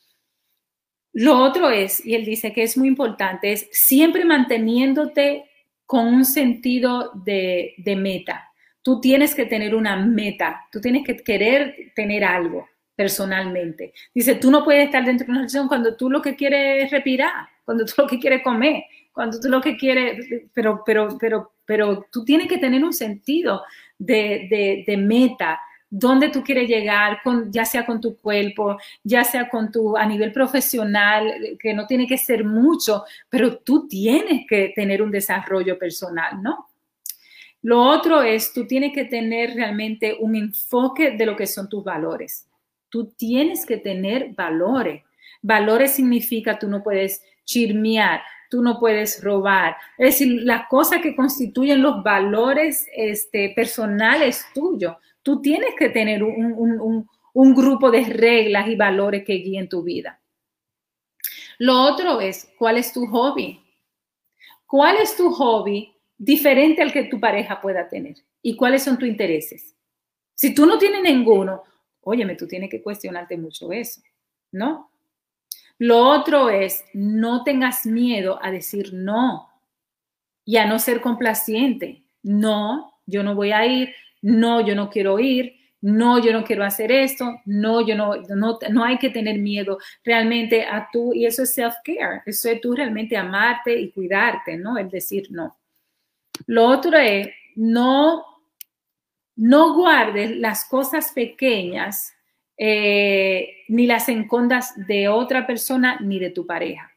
Lo otro es, y él dice que es muy importante, es siempre manteniéndote con un sentido de, de meta. Tú tienes que tener una meta, tú tienes que querer tener algo personalmente. Dice, tú no puedes estar dentro de una relación cuando tú lo que quieres es respirar, cuando tú lo que quieres comer, cuando tú lo que quieres, pero, pero, pero, pero tú tienes que tener un sentido de, de, de meta, dónde tú quieres llegar, con, ya sea con tu cuerpo, ya sea con tu, a nivel profesional, que no tiene que ser mucho, pero tú tienes que tener un desarrollo personal, ¿no? Lo otro es, tú tienes que tener realmente un enfoque de lo que son tus valores. Tú tienes que tener valores. Valores significa tú no puedes chismear, tú no puedes robar. Es decir, las cosas que constituyen los valores este, personales tuyos. Tú tienes que tener un, un, un, un grupo de reglas y valores que guíen tu vida. Lo otro es, ¿cuál es tu hobby? ¿Cuál es tu hobby diferente al que tu pareja pueda tener? ¿Y cuáles son tus intereses? Si tú no tienes ninguno, óyeme, tú tienes que cuestionarte mucho eso, ¿no? Lo otro es, no tengas miedo a decir no y a no ser complaciente. No, yo no voy a ir. No, yo no quiero ir, no, yo no quiero hacer esto, no, yo no, no, no hay que tener miedo realmente a tú, y eso es self-care, eso es tú realmente amarte y cuidarte, ¿no? El decir no. Lo otro es, no, no guardes las cosas pequeñas eh, ni las escondas de otra persona ni de tu pareja.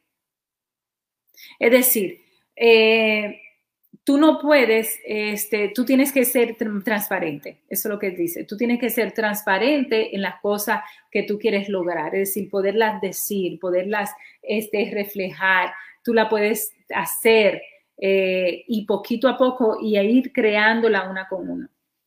Es decir, eh, tú no puedes, este, tú tienes que ser transparente, eso es lo que dice, tú tienes que ser transparente en las cosas que tú quieres lograr, es decir, poderlas decir, poderlas este, reflejar, tú la puedes hacer eh, y poquito a poco y a ir creándola una con una.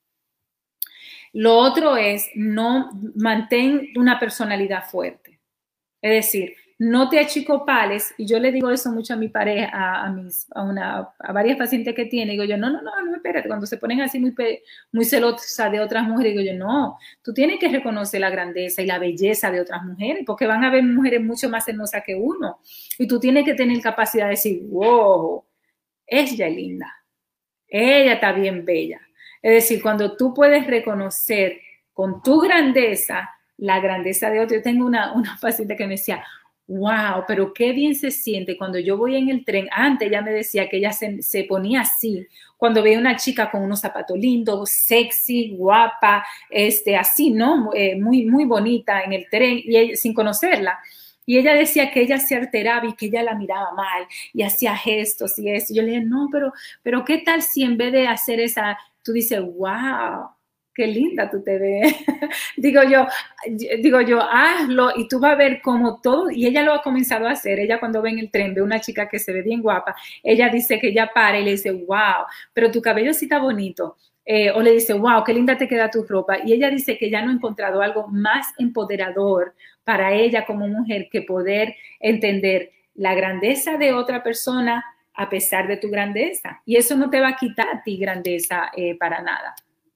Lo otro es, no, mantén una personalidad fuerte, es decir, no te achicopales, y yo le digo eso mucho a mi pareja, a, a, mis, a, una, a varias pacientes que tiene, digo yo, no, no, no, no, espérate, cuando se ponen así muy, muy celosas de otras mujeres, digo yo, no, tú tienes que reconocer la grandeza y la belleza de otras mujeres, porque van a haber mujeres mucho más hermosas que uno, y tú tienes que tener capacidad de decir, wow, ella es linda, ella está bien bella. Es decir, cuando tú puedes reconocer con tu grandeza la grandeza de otro. Yo tengo una, una paciente que me decía, wow, pero qué bien se siente cuando yo voy en el tren. Antes ella me decía que ella se, se ponía así cuando veía una chica con unos zapatos lindos, sexy, guapa, este, así, ¿no? Eh, muy, muy bonita en el tren, y ella, sin conocerla. Y ella decía que ella se alteraba y que ella la miraba mal y hacía gestos y eso. Yo le dije, no, pero, pero ¿qué tal si en vez de hacer esa, tú dices, wow, qué linda tú te ves? digo yo, digo yo, hazlo y tú vas a ver cómo todo, y ella lo ha comenzado a hacer. Ella cuando ve en el tren, ve una chica que se ve bien guapa, ella dice que ella para y le dice, wow, pero tu cabello sí está bonito. Eh, o le dice, wow, qué linda te queda tu ropa. Y ella dice que ya no ha encontrado algo más empoderador para ella como mujer que poder entender la grandeza de otra persona a pesar de tu grandeza. Y eso no te va a quitar a ti grandeza eh, para nada.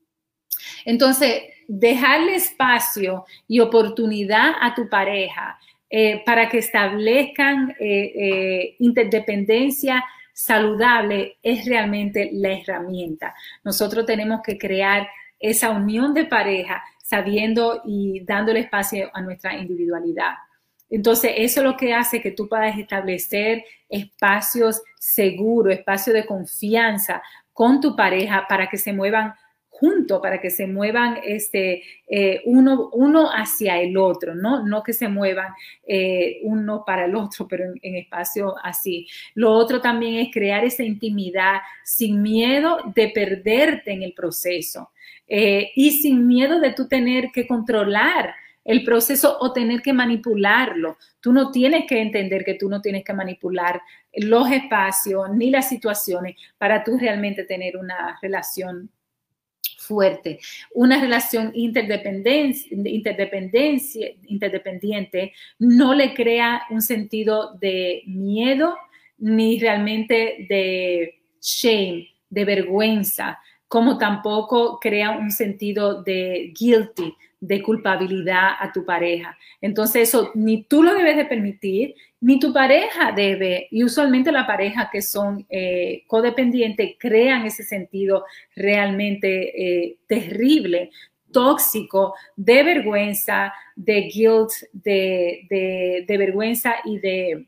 Entonces, dejarle espacio y oportunidad a tu pareja eh, para que establezcan eh, eh, interdependencia saludable es realmente la herramienta. Nosotros tenemos que crear esa unión de pareja sabiendo y dándole espacio a nuestra individualidad. Entonces, eso es lo que hace que tú puedas establecer espacios seguros, espacios de confianza con tu pareja para que se muevan juntos, para que se muevan este, eh, uno, uno hacia el otro, ¿no? No que se muevan eh, uno para el otro, pero en, en espacio así. Lo otro también es crear esa intimidad sin miedo de perderte en el proceso eh, y sin miedo de tú tener que controlar el proceso o tener que manipularlo. Tú no tienes que entender que tú no tienes que manipular los espacios ni las situaciones para tú realmente tener una relación fuerte. Una relación interdependencia, interdependencia, interdependiente no le crea un sentido de miedo ni realmente de shame, de vergüenza, como tampoco crea un sentido de guilty, de culpabilidad a tu pareja. Entonces eso ni tú lo debes de permitir, ni tu pareja debe, y usualmente las parejas que son eh, codependientes crean ese sentido realmente eh, terrible, tóxico, de vergüenza, de guilt, de, de, de vergüenza y de,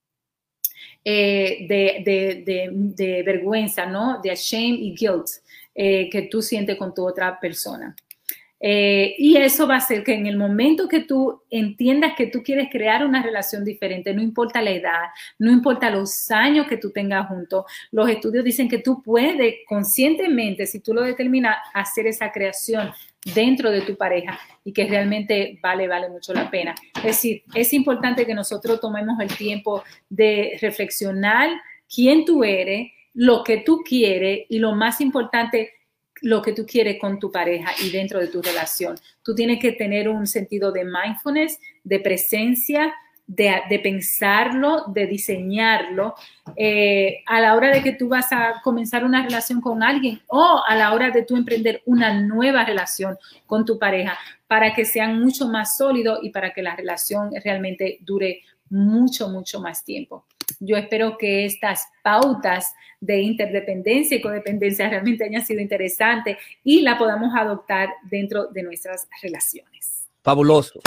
eh, de, de, de, de vergüenza, ¿no? De shame y guilt eh, que tú sientes con tu otra persona. Eh, y eso va a hacer que en el momento que tú entiendas que tú quieres crear una relación diferente, no importa la edad, no importa los años que tú tengas juntos, los estudios dicen que tú puedes conscientemente, si tú lo determinas, hacer esa creación dentro de tu pareja y que realmente vale, vale mucho la pena. Es decir, es importante que nosotros tomemos el tiempo de reflexionar quién tú eres, lo que tú quieres y lo más importante, lo que tú quieres con tu pareja y dentro de tu relación. Tú tienes que tener un sentido de mindfulness, de presencia, de, de pensarlo, de diseñarlo eh, a la hora de que tú vas a comenzar una relación con alguien o a la hora de tú emprender una nueva relación con tu pareja para que sean mucho más sólidos y para que la relación realmente dure mucho, mucho más tiempo. Yo espero que estas pautas de interdependencia y codependencia realmente hayan sido interesantes y la podamos adoptar dentro de nuestras relaciones. Fabuloso.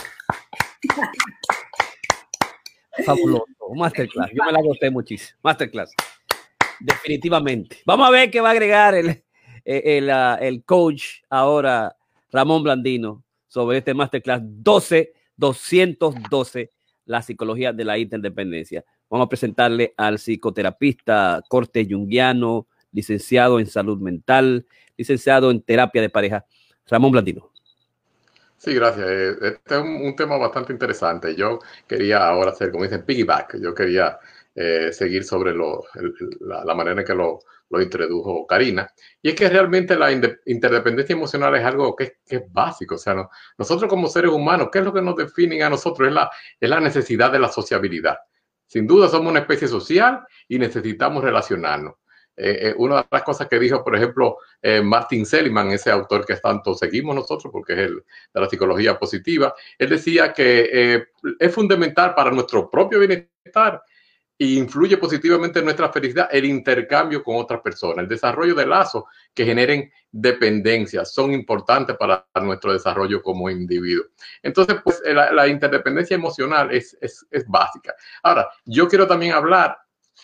Fabuloso. Masterclass. Yo me la gusté muchísimo. Masterclass. Definitivamente. Vamos a ver qué va a agregar el, el, el, el coach ahora, Ramón Blandino, sobre este Masterclass doce, doscientos doce, la psicología de la interdependencia. Vamos a presentarle al psicoterapista corte junguiano, licenciado en salud mental, licenciado en terapia de pareja, Ramón Blandino. Sí, gracias. Este es un, un tema bastante interesante. Yo quería ahora hacer, como dicen, piggyback. Yo quería eh, seguir sobre lo, el, la, la manera en que lo, lo introdujo Karina, y es que realmente la interdependencia emocional es algo que es, que es básico. O sea, no, nosotros como seres humanos, ¿qué es lo que nos define a nosotros? Es la, es la necesidad de la sociabilidad. Sin duda somos una especie social y necesitamos relacionarnos. Eh, eh, una de las cosas que dijo, por ejemplo, eh, Martin Seligman, ese autor que tanto seguimos nosotros porque es el de la psicología positiva, él decía que eh, es fundamental para nuestro propio bienestar y influye positivamente en nuestra felicidad el intercambio con otras personas, el desarrollo de lazos que generen dependencia, son importantes para nuestro desarrollo como individuo. Entonces, pues la, la interdependencia emocional es, es, es básica. Ahora, yo quiero también hablar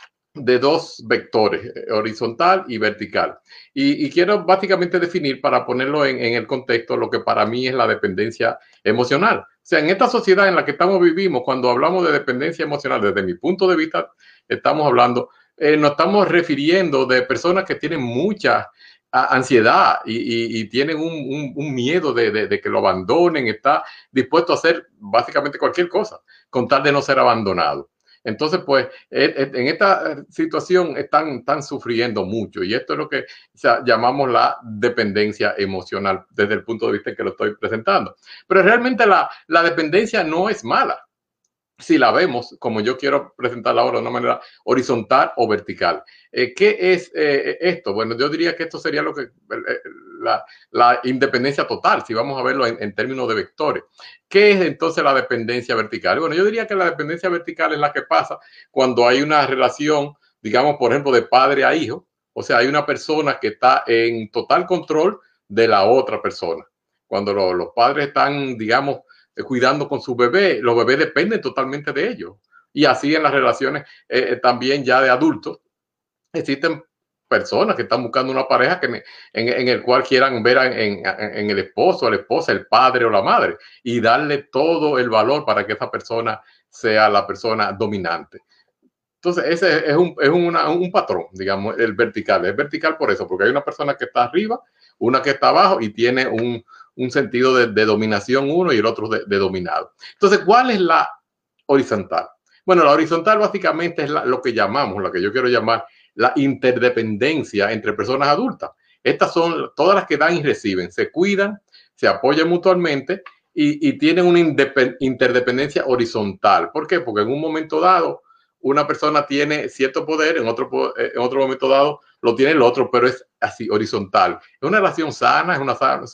de dos vectores, horizontal y vertical. Y, y quiero básicamente definir, para ponerlo en, en el contexto, lo que para mí es la dependencia emocional. O sea, en esta sociedad en la que estamos vivimos, cuando hablamos de dependencia emocional, desde mi punto de vista, estamos hablando, eh, nos estamos refiriendo de personas que tienen mucha a, ansiedad y, y, y tienen un, un, un miedo de, de, de que lo abandonen, está dispuesto a hacer básicamente cualquier cosa, con tal de no ser abandonado. Entonces, pues, en esta situación están, están sufriendo mucho y esto es lo que o sea, llamamos la dependencia emocional desde el punto de vista en que lo estoy presentando. Pero realmente la, la dependencia no es mala. Si la vemos, como yo quiero presentarla ahora de una manera horizontal o vertical. Eh, ¿Qué es eh, esto? Bueno, yo diría que esto sería lo que eh, la, la independencia total, si vamos a verlo en, en términos de vectores. ¿Qué es entonces la dependencia vertical? Bueno, yo diría que la dependencia vertical es la que pasa cuando hay una relación, digamos, por ejemplo, de padre a hijo. O sea, hay una persona que está en total control de la otra persona. Cuando lo, los padres están, digamos, cuidando con su bebé, los bebés dependen totalmente de ellos. Y así en las relaciones eh, también ya de adultos, existen personas que están buscando una pareja que me, en, en el cual quieran ver en, en, en el esposo, la esposa, el padre o la madre y darle todo el valor para que esa persona sea la persona dominante. Entonces, ese es un, es una, un patrón, digamos, el vertical. Es vertical por eso, porque hay una persona que está arriba, una que está abajo y tiene un, un sentido de, de dominación uno y el otro de, de dominado. Entonces, ¿cuál es la horizontal? Bueno, la horizontal básicamente es la, lo que llamamos, lo que yo quiero llamar la interdependencia entre personas adultas. Estas son todas las que dan y reciben, se cuidan, se apoyan mutuamente y, y tienen una interdependencia horizontal. ¿Por qué? Porque en un momento dado una persona tiene cierto poder, en otro, en otro momento dado lo tiene el otro, pero es así, horizontal. Es una relación sana, es una,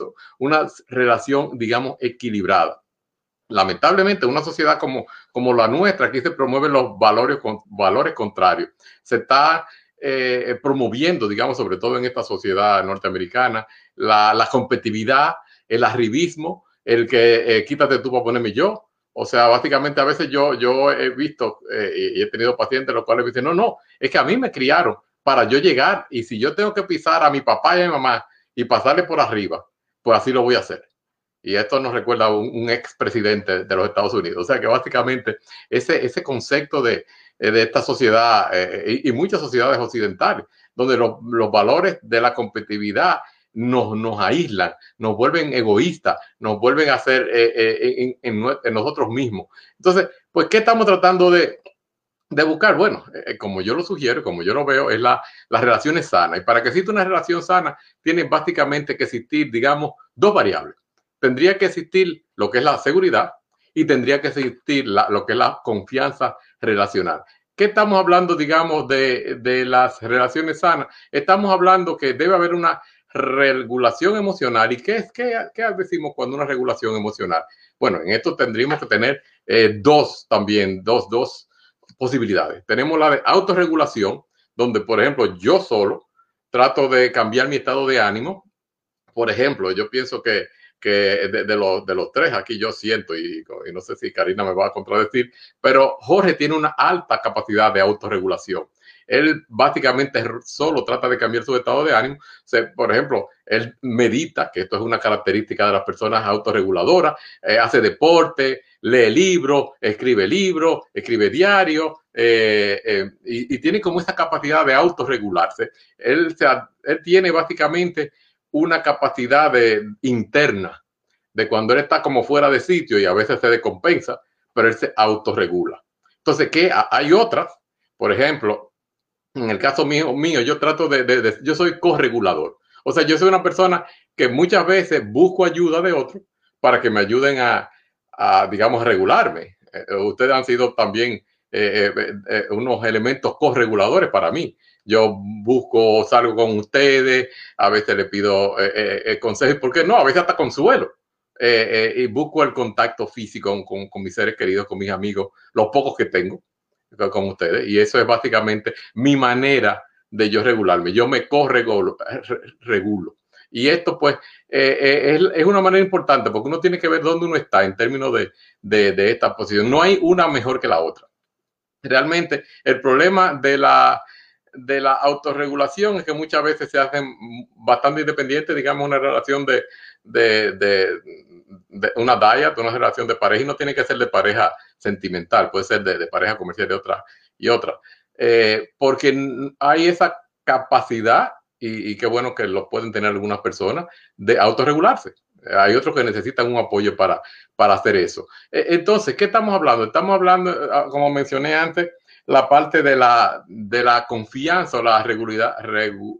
una relación, digamos, equilibrada. Lamentablemente, una sociedad como, como la nuestra, aquí se promueven los valores, valores contrarios. Se está eh, promoviendo, digamos, sobre todo en esta sociedad norteamericana, la, la competitividad, el arribismo, el que eh, quítate tú para ponerme yo. O sea, básicamente a veces yo, yo he visto eh, y he tenido pacientes los cuales me dicen, no, no, es que a mí me criaron para yo llegar y si yo tengo que pisar a mi papá y a mi mamá y pasarle por arriba, pues así lo voy a hacer. Y esto nos recuerda a un, un expresidente de los Estados Unidos. O sea que básicamente ese, ese concepto de, de esta sociedad eh, y, y muchas sociedades occidentales, donde los, los valores de la competitividad Nos, nos aíslan, nos vuelven egoístas, nos vuelven a hacer eh, eh, en, en, en nosotros mismos. Entonces, pues, ¿qué estamos tratando de, de buscar? Bueno, eh, como yo lo sugiero, como yo lo veo, es la, las relaciones sanas. Y para que exista una relación sana, tiene básicamente que existir, digamos, dos variables. Tendría que existir lo que es la seguridad y tendría que existir la, lo que es la confianza relacional. ¿Qué estamos hablando, digamos, de, de las relaciones sanas? Estamos hablando que debe haber una regulación emocional. ¿Y qué es qué, qué decimos cuando una regulación emocional? Bueno, en esto tendríamos que tener eh, dos también, dos, dos posibilidades. Tenemos la de autorregulación, donde, por ejemplo, yo solo trato de cambiar mi estado de ánimo. Por ejemplo, yo pienso que, que de, de, los, de los tres aquí yo siento, y, y no sé si Karina me va a contradecir, pero Jorge tiene una alta capacidad de autorregulación. Él básicamente solo trata de cambiar su estado de ánimo. O sea, por ejemplo, él medita, que esto es una característica de las personas autorreguladoras, eh, hace deporte, lee libros, escribe libros, escribe diario, eh, eh, y, y tiene como esa capacidad de autorregularse. Él, o sea, él tiene básicamente una capacidad de, interna de cuando él está como fuera de sitio y a veces se descompensa, pero él se autorregula. Entonces, ¿qué? Hay otras, por ejemplo, En el caso mío, mío yo trato de, de, de, yo soy corregulador. O sea, yo soy una persona que muchas veces busco ayuda de otros para que me ayuden a, a digamos, a regularme. Eh, ustedes han sido también eh, eh, eh, unos elementos correguladores para mí. Yo busco, salgo con ustedes, a veces le pido eh, eh, consejos, ¿por qué no? A veces hasta consuelo. Eh, eh, y busco el contacto físico con, con, con mis seres queridos, con mis amigos, los pocos que tengo con ustedes. Y eso es básicamente mi manera de yo regularme. Yo me corregulo. Regulo. Y esto, pues, eh, es, es una manera importante porque uno tiene que ver dónde uno está en términos de, de, de esta posición. No hay una mejor que la otra. Realmente, el problema de la, de la autorregulación es que muchas veces se hacen bastante independientes, digamos, una relación de, de, de, de una diet, una relación de pareja, y no tiene que ser de pareja sentimental, puede ser de, de pareja comercial de otra y otra, eh, porque hay esa capacidad, y, y qué bueno que lo pueden tener algunas personas, de autorregularse. Hay otros que necesitan un apoyo para, para hacer eso. Entonces, ¿qué estamos hablando? Estamos hablando, como mencioné antes, la parte de la, de la confianza o la regularidad, regu,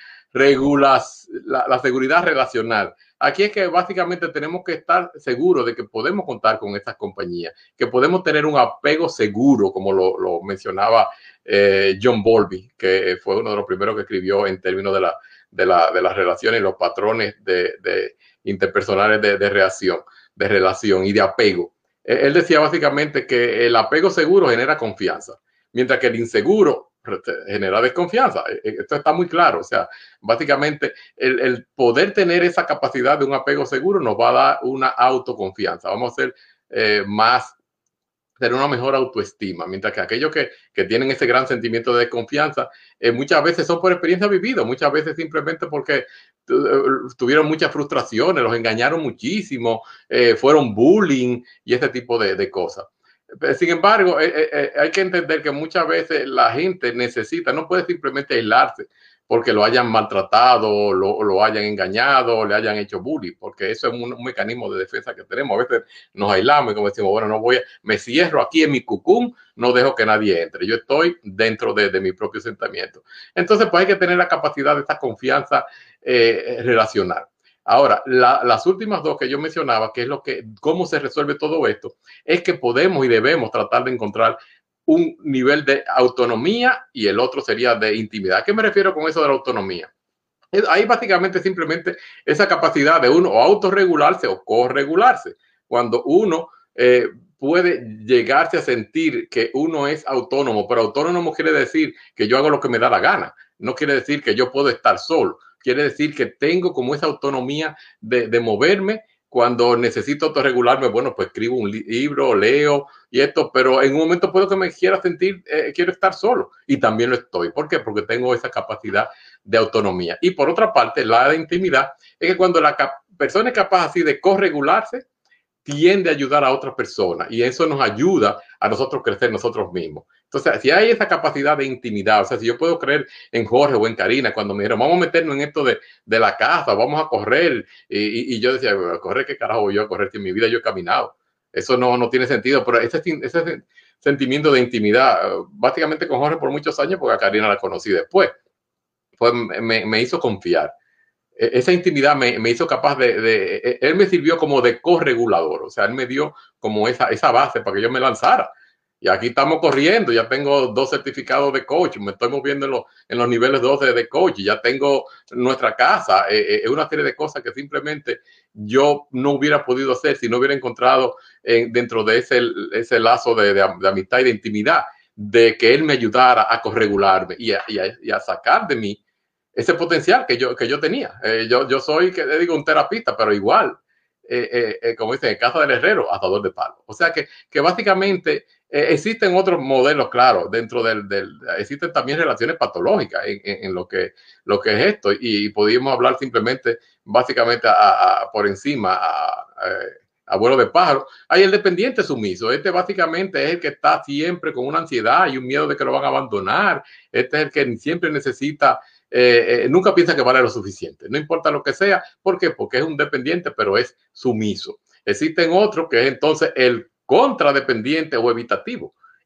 regulas, la, la seguridad relacional. Aquí es que básicamente tenemos que estar seguros de que podemos contar con estas compañías, que podemos tener un apego seguro, como lo, lo mencionaba eh, John Bowlby, que fue uno de los primeros que escribió en términos de, la, de, la, de las relaciones y los patrones de, de interpersonales de, de reacción, de relación y de apego. Él decía básicamente que el apego seguro genera confianza, mientras que el inseguro genera desconfianza. Esto está muy claro. O sea, básicamente el, el poder tener esa capacidad de un apego seguro nos va a dar una autoconfianza. Vamos a ser eh, más, tener una mejor autoestima, mientras que aquellos que, que tienen ese gran sentimiento de desconfianza eh, muchas veces son por experiencia vivida, muchas veces simplemente porque tuvieron muchas frustraciones, los engañaron muchísimo, eh, fueron bullying y ese tipo de, de cosas. Sin embargo, eh, eh, hay que entender que muchas veces la gente necesita, no puede simplemente aislarse porque lo hayan maltratado, lo, lo hayan engañado, le hayan hecho bullying, porque eso es un, un mecanismo de defensa que tenemos. A veces nos aislamos y como decimos, bueno, no voy a, me cierro aquí en mi cucún, no dejo que nadie entre, yo estoy dentro de, de mi propio sentimiento. Entonces, pues hay que tener la capacidad de esta confianza eh, relacional. Ahora, la, las últimas dos que yo mencionaba, que es lo que, cómo se resuelve todo esto, es que podemos y debemos tratar de encontrar un nivel de autonomía y el otro sería de intimidad. ¿A qué me refiero con eso de la autonomía? Hay básicamente simplemente esa capacidad de uno o autorregularse o corregularse. Cuando uno eh, puede llegarse a sentir que uno es autónomo, pero autónomo quiere decir que yo hago lo que me da la gana. No quiere decir que yo puedo estar solo. Quiere decir que tengo como esa autonomía de, de moverme. Cuando necesito autorregularme, bueno, pues escribo un libro, leo y esto, pero en un momento puedo que me quiera sentir, eh, quiero estar solo y también lo estoy. ¿Por qué? Porque tengo esa capacidad de autonomía. Y por otra parte, la de intimidad es que cuando la persona es capaz así de corregularse, tiende a ayudar a otras personas y eso nos ayuda a nosotros crecer nosotros mismos. Entonces, si hay esa capacidad de intimidad, o sea, si yo puedo creer en Jorge o en Karina cuando me dijeron, vamos a meternos en esto de, de la casa, vamos a correr, y, y, y yo decía, ¿correr qué carajo voy yo a correr? Que en mi vida yo he caminado. Eso no, no tiene sentido, pero ese, ese sentimiento de intimidad, básicamente con Jorge por muchos años, porque a Karina la conocí después, pues me, me hizo confiar. Esa intimidad me, me hizo capaz de, de, él me sirvió como de corregulador, o sea, él me dio como esa, esa base para que yo me lanzara. Y aquí estamos corriendo, ya tengo dos certificados de coach, me estoy moviendo en los, en los niveles doce de coach, ya tengo nuestra casa, es eh, eh, una serie de cosas que simplemente yo no hubiera podido hacer si no hubiera encontrado en, dentro de ese, ese lazo de, de, de amistad y de intimidad, de que él me ayudara a corregularme y a, y a, y a sacar de mí ese potencial que yo, que yo tenía. Eh, yo, yo soy, que digo, un terapista, pero igual, eh, eh, eh, como dicen, en casa del herrero, asador de palo. O sea que, que básicamente eh, existen otros modelos, claro, dentro del, del, existen también relaciones patológicas en, en, en lo, que, lo que es esto. Y, y podríamos hablar simplemente, básicamente, a, a, por encima, a, a, a vuelo de pájaro. Hay el dependiente sumiso. Este básicamente es el que está siempre con una ansiedad y un miedo de que lo van a abandonar. Este es el que siempre necesita Eh, eh, nunca piensa que vale lo suficiente, no importa lo que sea. ¿Por qué? Porque es un dependiente, pero es sumiso. Existen otros que es entonces el contradependiente o evitativo.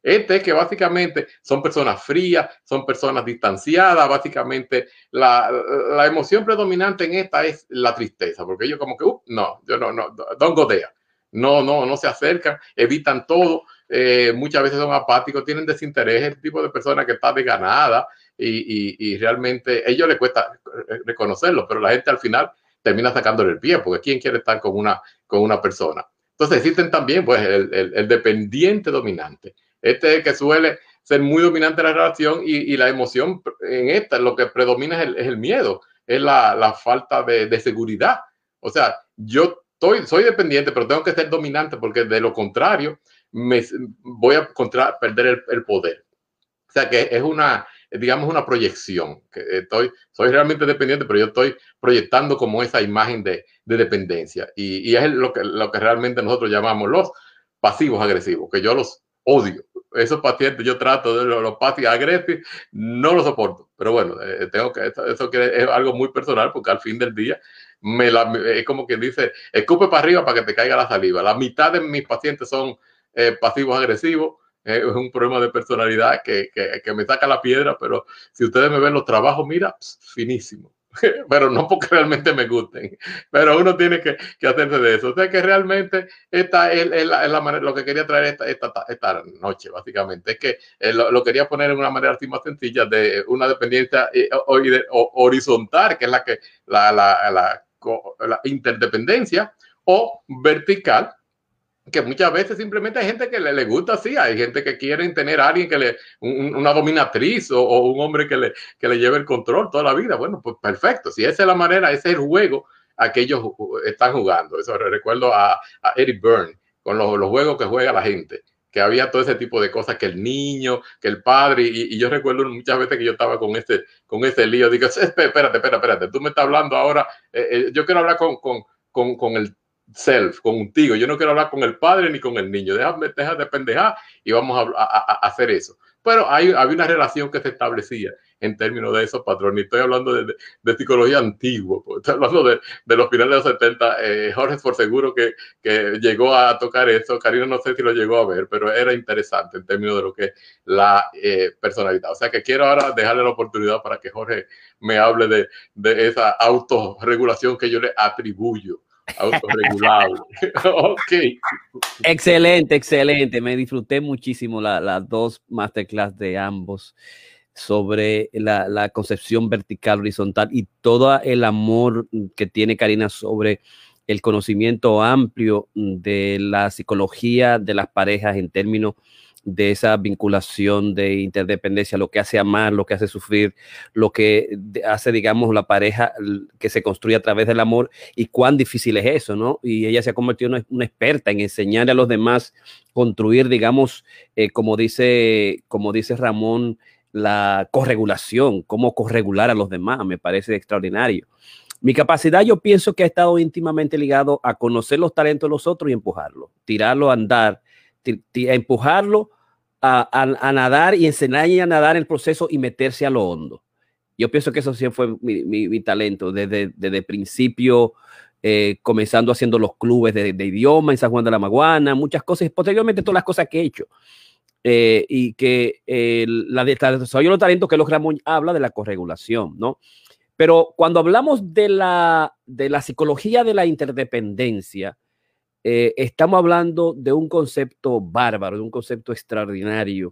Este es que básicamente son personas frías, son personas distanciadas, básicamente la, la emoción predominante en esta es la tristeza, porque ellos como que, uh, no, yo no, no, don't go there. No, no, no se acercan, evitan todo, eh, muchas veces son apáticos, tienen desinterés, el tipo de persona que está desganada y, y, y realmente a ellos les cuesta reconocerlo, pero la gente al final termina sacándole el pie, porque ¿quién quiere estar con una, con una persona? Entonces existen también pues el, el, el dependiente dominante. Este es el que suele ser muy dominante en la relación y, y la emoción en esta, lo que predomina es el, es el miedo, es la, la falta de, de seguridad. O sea, yo estoy, soy dependiente, pero tengo que ser dominante porque de lo contrario me voy a contra, perder el, el poder. O sea que es una, digamos, una proyección. Que estoy, soy realmente dependiente, pero yo estoy proyectando como esa imagen de, de dependencia. Y, y es lo que, lo que realmente nosotros llamamos los pasivos agresivos, que yo los odio. Esos pacientes yo trato de los, los pasivos agresivos, no los soporto. Pero bueno, eh, tengo que, eso, eso que es algo muy personal, porque al fin del día me la, es como quien dice, escupe para arriba para que te caiga la saliva. La mitad de mis pacientes son eh, pasivos agresivos. Es un problema de personalidad que, que, que me saca la piedra, pero si ustedes me ven los trabajos, mira, finísimo. Pero no porque realmente me gusten, pero uno tiene que, que hacerse de eso. O sea que realmente esta es, es, la, es la manera, lo que quería traer esta, esta, esta noche, básicamente, es que eh, lo, lo quería poner en una manera así más sencilla de una dependencia eh, o, o, horizontal, que es la que la, la, la, la interdependencia, o vertical, que muchas veces simplemente hay gente que le, le gusta así, hay gente que quieren tener a alguien que le, un, una dominatriz o, o un hombre que le, que le lleve el control toda la vida. Bueno, pues perfecto, si esa es la manera, ese es el juego a que ellos están jugando. Eso recuerdo a, a Eddie Byrne con los, los juegos que juega la gente, que había todo ese tipo de cosas, que el niño, que el padre, y, y yo recuerdo muchas veces que yo estaba con ese, con ese lío, digo, espérate, espérate, espérate, tú me estás hablando ahora, eh, eh, yo quiero hablar con, con, con, con el self, contigo, yo no quiero hablar con el padre ni con el niño, déjame, déjame de pendejar y vamos a, a, a hacer eso. Pero hay, había una relación que se establecía en términos de esos patrones. Y estoy hablando de, de, de psicología antigua, estoy hablando de, de los finales de los setenta. Eh, Jorge, por seguro que, que llegó a tocar eso. Karina no sé si lo llegó a ver, pero era interesante en términos de lo que es la eh, personalidad. O sea que quiero ahora dejarle la oportunidad para que Jorge me hable de, de esa autorregulación que yo le atribuyo. Autorregulable. Ok. Excelente, excelente. Me disfruté muchísimo las la dos masterclass de ambos sobre la, la concepción vertical, horizontal y todo el amor que tiene Karina sobre el conocimiento amplio de la psicología de las parejas en términos de esa vinculación de interdependencia, lo que hace amar, lo que hace sufrir, lo que hace, digamos, la pareja que se construye a través del amor y cuán difícil es eso, ¿no? Y ella se ha convertido en una, una experta en enseñarle a los demás, construir, digamos, eh, como dice, como dice Ramón, la corregulación, cómo corregular a los demás, me parece extraordinario. Mi capacidad, yo pienso que ha estado íntimamente ligado a conocer los talentos de los otros y empujarlos, tirarlo a andar, a empujarlo a, a, a nadar y enseñarle a nadar en el proceso y meterse a lo hondo. Yo pienso que eso sí fue mi, mi, mi talento desde, desde el principio, eh, comenzando haciendo los clubes de, de idioma en San Juan de la Maguana, muchas cosas, y posteriormente todas las cosas que he hecho. Eh, y que eh, la desarrollo de los talentos que los Ramón habla de la corregulación, ¿no? Pero cuando hablamos de la, de la psicología de la interdependencia, Eh, estamos hablando de un concepto bárbaro, de un concepto extraordinario,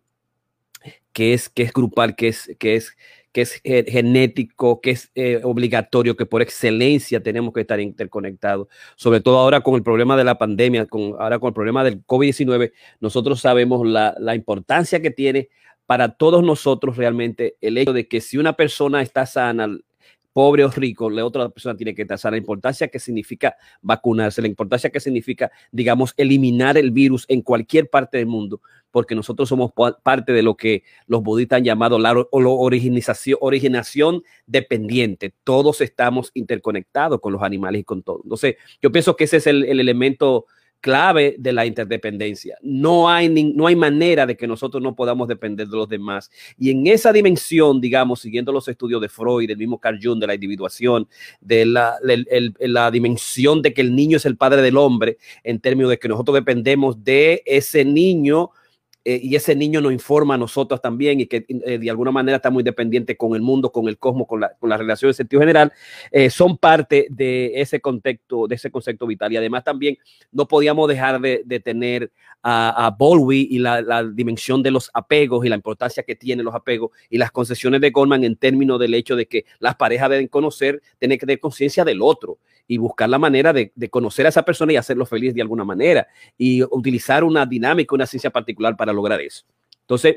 que es, que es grupal, que es, que es, que es genético, que es eh, obligatorio, que por excelencia tenemos que estar interconectados, sobre todo ahora con el problema de la pandemia, con, ahora con el problema del COVID diecinueve, nosotros sabemos la, la importancia que tiene para todos nosotros realmente el hecho de que si una persona está sana, pobre o rico, la otra persona tiene que tasar la importancia que significa vacunarse, la importancia que significa, digamos, eliminar el virus en cualquier parte del mundo, porque nosotros somos parte de lo que los budistas han llamado la originación, originación dependiente. Todos estamos interconectados con los animales y con todo. Entonces, yo pienso que ese es el, el elemento clave de la interdependencia. No hay, ni, no hay manera de que nosotros no podamos depender de los demás. Y en esa dimensión, digamos, siguiendo los estudios de Freud, del mismo Carl Jung, de la individuación, de la, el, el, la dimensión de que el niño es el padre del hombre, en términos de que nosotros dependemos de ese niño eh, y ese niño nos informa a nosotros también y que eh, de alguna manera está muy dependiente con el mundo, con el cosmos, con la, con la relación en sentido general, eh, son parte de ese contexto, de ese concepto vital. Y además también no podíamos dejar de, de tener a, a Bowlby y la, la dimensión de los apegos y la importancia que tienen los apegos y las concesiones de Goldman en términos del hecho de que las parejas deben conocer, tener que tener conciencia del otro y buscar la manera de, de conocer a esa persona y hacerlo feliz de alguna manera y utilizar una dinámica, una ciencia particular para lograr eso. Entonces,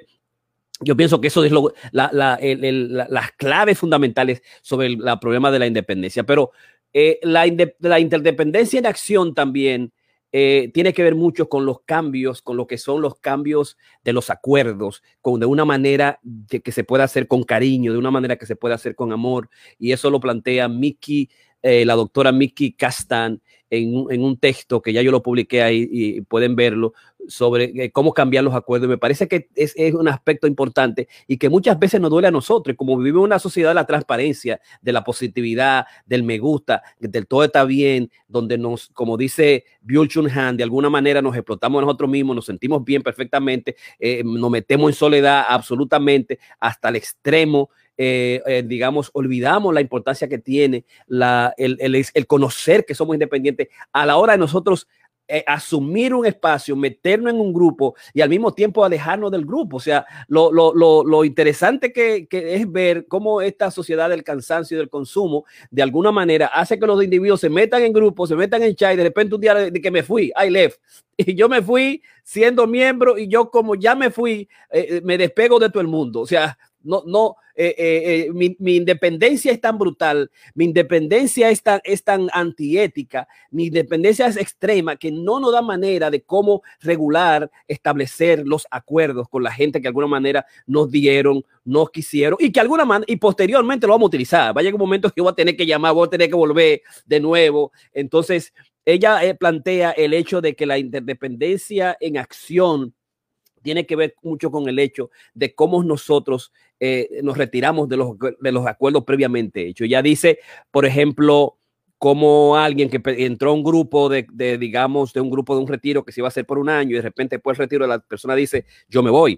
yo pienso que eso es lo, la, la, el, el, la, las claves fundamentales sobre el la problema de la independencia. Pero eh, la, inde, la interdependencia en acción también eh, tiene que ver mucho con los cambios, con lo que son los cambios de los acuerdos, con, de una manera de que se pueda hacer con cariño, de una manera que se pueda hacer con amor. Y eso lo plantea Mickey, eh, la doctora Mickey Castan, en un, en un texto que ya yo lo publiqué ahí y pueden verlo, sobre eh, cómo cambiar los acuerdos. Me parece que es, es un aspecto importante y que muchas veces nos duele a nosotros, como vivimos en una sociedad de la transparencia, de la positividad, del me gusta, del todo está bien, donde nos, como dice Byung-Chul Han, de alguna manera nos explotamos nosotros mismos, nos sentimos bien perfectamente, eh, nos metemos en soledad absolutamente hasta el extremo. Eh, eh, digamos, olvidamos la importancia que tiene la, el, el, el conocer que somos independientes a la hora de nosotros eh, asumir un espacio, meternos en un grupo y al mismo tiempo alejarnos del grupo. O sea, lo, lo, lo, lo interesante que, que es ver cómo esta sociedad del cansancio y del consumo de alguna manera hace que los individuos se metan en grupos, se metan en chat y de repente un día de, de que me fui, I left. Y yo me fui siendo miembro y yo como ya me fui, eh, me despego de todo el mundo. O sea, no, no, eh, eh, eh, mi, mi independencia es tan brutal, mi independencia es tan, es tan antiética, mi independencia es extrema que no nos da manera de cómo regular, establecer los acuerdos con la gente que de alguna manera nos dieron, nos quisieron y que alguna manera, y posteriormente lo vamos a utilizar. Va a llegar un momento que yo voy a tener que llamar, voy a tener que volver de nuevo. Entonces, ella eh, plantea el hecho de que la interdependencia en acción tiene que ver mucho con el hecho de cómo nosotros eh, nos retiramos de los, de los acuerdos previamente hechos. Ya dice, por ejemplo, como alguien que entró a un grupo de, de, digamos, de un grupo de un retiro que se iba a hacer por un año y de repente después del retiro la persona dice, yo me voy.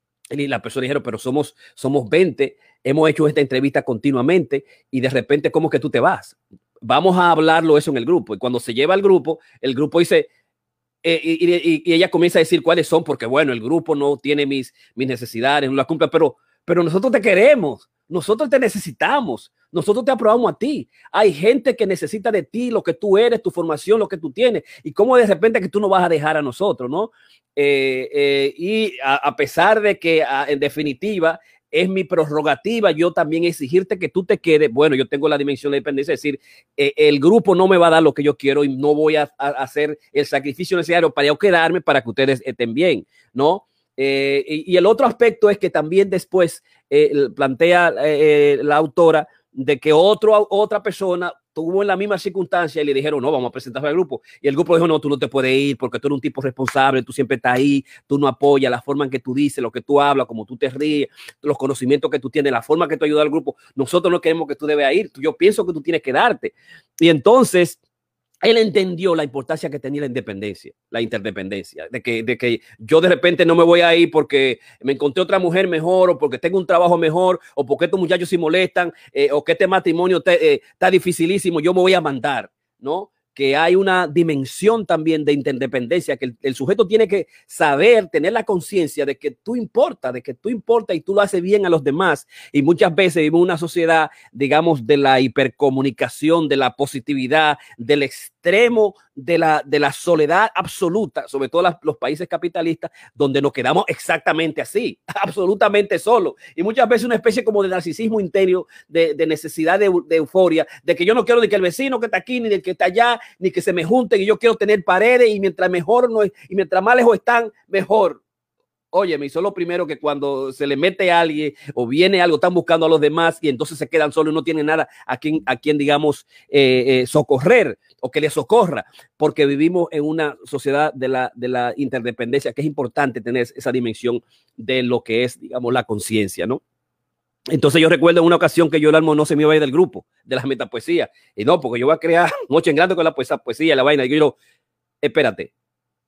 Y la persona dijeron, pero somos, somos veinte, hemos hecho esta entrevista continuamente y de repente, ¿cómo que tú te vas? Vamos a hablarlo eso en el grupo. Y cuando se lleva al grupo, el grupo dice, Eh, y, y, y ella comienza a decir cuáles son, porque bueno, el grupo no tiene mis, mis necesidades, no las cumple, pero, pero nosotros te queremos, nosotros te necesitamos, nosotros te aprobamos a ti. Hay gente que necesita de ti, lo que tú eres, tu formación, lo que tú tienes, y cómo de repente que tú no vas a dejar a nosotros, ¿no? Eh, eh, y a, a pesar de que a, en definitiva es mi prerrogativa yo también exigirte que tú te quedes. Bueno, yo tengo la dimensión de dependencia, es decir, eh, el grupo no me va a dar lo que yo quiero y no voy a, a hacer el sacrificio necesario para yo quedarme para que ustedes estén bien, ¿no? Eh, y, y el otro aspecto es que también después eh, plantea eh, la autora de que otro, otra persona tuvo en la misma circunstancia y le dijeron, no, vamos a presentarse al grupo. Y el grupo dijo, no, tú no te puedes ir porque tú eres un tipo responsable, tú siempre estás ahí, tú no apoyas la forma en que tú dices, lo que tú hablas, como tú te ríes, los conocimientos que tú tienes, la forma que tú ayudas al grupo. Nosotros no queremos que tú debes ir, yo pienso que tú tienes que darte. Y entonces él entendió la importancia que tenía la independencia, la interdependencia, de que, de que yo de repente no me voy a ir porque me encontré otra mujer mejor o porque tengo un trabajo mejor o porque estos muchachos se molestan eh, o que este matrimonio te, eh, está dificilísimo, yo me voy a mandar, ¿no? Que hay una dimensión también de interdependencia, que el, el sujeto tiene que saber, tener la conciencia de que tú importas, de que tú importas y tú lo haces bien a los demás. Y muchas veces vivimos una sociedad, digamos, de la hipercomunicación, de la positividad, del extremo de la, de la soledad absoluta, sobre todo las, los países capitalistas, donde nos quedamos exactamente así, absolutamente solos. Y muchas veces una especie como de narcisismo interior, de, de necesidad de, de euforia, de que yo no quiero ni que el vecino que está aquí, ni del que está allá, ni que se me junten, y yo quiero tener paredes, y mientras mejor no es, y mientras más lejos están, mejor. Óyeme, y son lo primero que cuando se le mete a alguien o viene algo, están buscando a los demás y entonces se quedan solos y no tienen nada a quien, a quien digamos, eh, eh, socorrer o que les socorra, porque vivimos en una sociedad de la, de la interdependencia, que es importante tener esa dimensión de lo que es, digamos, la conciencia, ¿no? Entonces yo recuerdo en una ocasión que yo no se me iba a ir del grupo de las metapoesías, y no, porque yo voy a crear Noche en Grande con la poesía, poesía, la vaina, y yo digo, espérate,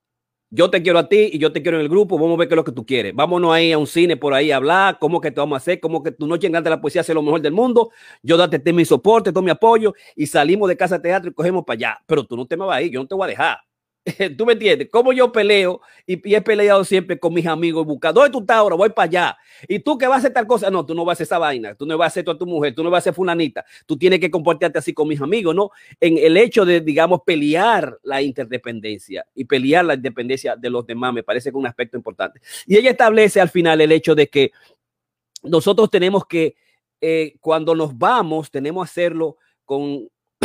Yo te quiero a ti y yo te quiero en el grupo. Vamos a ver qué es lo que tú quieres. Vámonos ahí a un cine por ahí a hablar. ¿Cómo que te vamos a hacer? ¿Cómo que tu noche en Grande de la Poesía sea lo mejor del mundo? Yo date mi soporte, todo mi apoyo y salimos de casa de teatro y cogemos para allá. Pero tú no te me vas a ir. Yo no te voy a dejar. ¿Tú me entiendes? Como yo peleo y, y he peleado siempre con mis amigos buscando, ¿dónde tú estás ahora? Voy para allá. ¿Y tú qué vas a hacer tal cosa? No, tú no vas a hacer esa vaina. Tú no vas a hacer a tu mujer. Tú no vas a ser fulanita. Tú tienes que comportarte así con mis amigos, ¿no? En el hecho de, digamos, pelear la interdependencia y pelear la independencia de los demás me parece que es un aspecto importante. Y ella establece al final el hecho de que nosotros tenemos que, eh, cuando nos vamos, tenemos que hacerlo con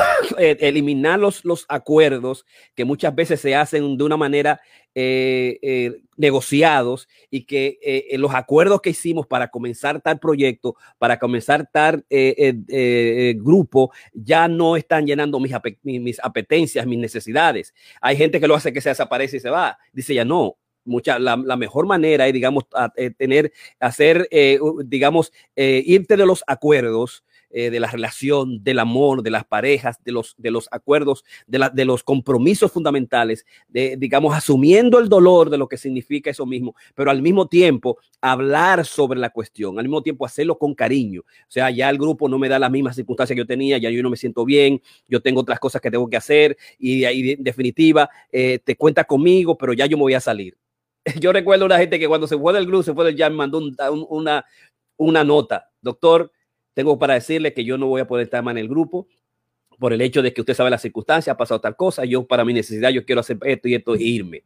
eliminar los, los acuerdos que muchas veces se hacen de una manera eh, eh, negociados y que eh, los acuerdos que hicimos para comenzar tal proyecto, para comenzar tal eh, eh, eh, grupo, ya no están llenando mis, ap mis apetencias, mis necesidades. Hay gente que lo hace que se desaparece y se va. Dice ya no. Mucha, la, la mejor manera es, digamos, a, a tener, hacer, eh, digamos, eh, irte de los acuerdos, Eh, de la relación, del amor, de las parejas, de los, de los acuerdos, de, la, de los compromisos fundamentales, de, digamos, asumiendo el dolor de lo que significa eso mismo, pero al mismo tiempo hablar sobre la cuestión, al mismo tiempo hacerlo con cariño. O sea, ya el grupo no me da las mismas circunstancias que yo tenía, ya yo no me siento bien, yo tengo otras cosas que tengo que hacer y de ahí, en definitiva, eh, te cuenta conmigo, pero ya yo me voy a salir. Yo recuerdo a una gente que cuando se fue del grupo, se fue del jam, mandó un, un, una, una nota. Doctor, tengo para decirle que yo no voy a poder estar más en el grupo por el hecho de que usted sabe las circunstancias, ha pasado tal cosa, yo para mi necesidad, yo quiero hacer esto y esto e irme.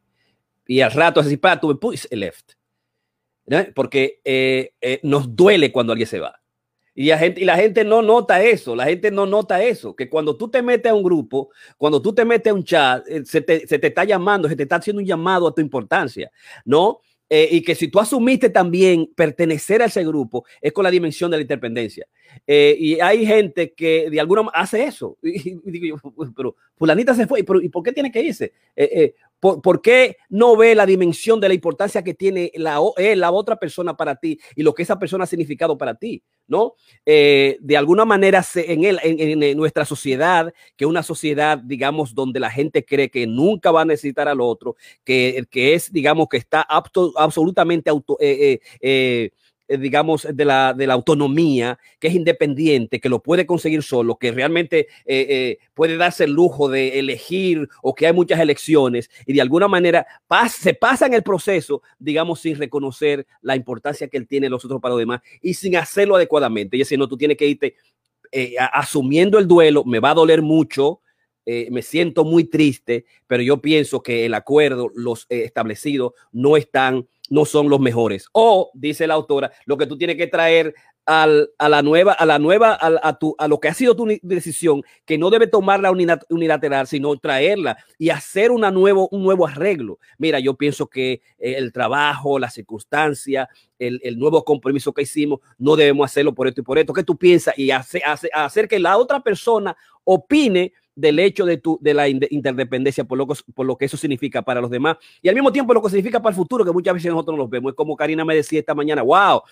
Y al rato así, para, tuve push left. ¿No? Porque eh, eh, nos duele cuando alguien se va. Y la, gente, y la gente no nota eso, la gente no nota eso, que cuando tú te metes a un grupo, cuando tú te metes a un chat, eh, se, te, se te está llamando, se te está haciendo un llamado a tu importancia, ¿no? Eh, y que si tú asumiste también pertenecer a ese grupo, es con la dimensión de la interdependencia. Eh, y hay gente que de alguna manera hace eso. Y, y digo yo, pero fulanita se fue, pero ¿y por qué tiene que irse? Eh, eh, ¿por, ¿Por qué no ve la dimensión de la importancia que tiene la, eh, la otra persona para ti y lo que esa persona ha significado para ti? ¿No? Eh, de alguna manera se, en, el, en, en nuestra sociedad, que es una sociedad, digamos, donde la gente cree que nunca va a necesitar al otro, que, que es, digamos, que está apto, absolutamente auto, eh, eh, eh, digamos, de la, de la autonomía, que es independiente, que lo puede conseguir solo, que realmente eh, eh, puede darse el lujo de elegir o que hay muchas elecciones y de alguna manera pas, se pasa en el proceso, digamos, sin reconocer la importancia que él tiene los otros para los demás y sin hacerlo adecuadamente. Y es decir, no, tú tienes que irte eh, asumiendo el duelo, me va a doler mucho, eh, me siento muy triste, pero yo pienso que el acuerdo, los eh, establecidos no están, no son los mejores. O, dice la autora, lo que tú tienes que traer al, a la nueva, a la nueva, a, a, tu, a lo que ha sido tu decisión, que no debe tomarla unilateral, sino traerla y hacer una nuevo, un nuevo arreglo. Mira, yo pienso que el trabajo, la circunstancia, el, el nuevo compromiso que hicimos, no debemos hacerlo por esto y por esto. ¿Qué tú piensas? Y hace, hace, hacer que la otra persona opine del hecho de, tu, de la interdependencia, por lo, por lo que eso significa para los demás y al mismo tiempo lo que significa para el futuro, que muchas veces nosotros no los vemos. Es como Karina me decía esta mañana, wow,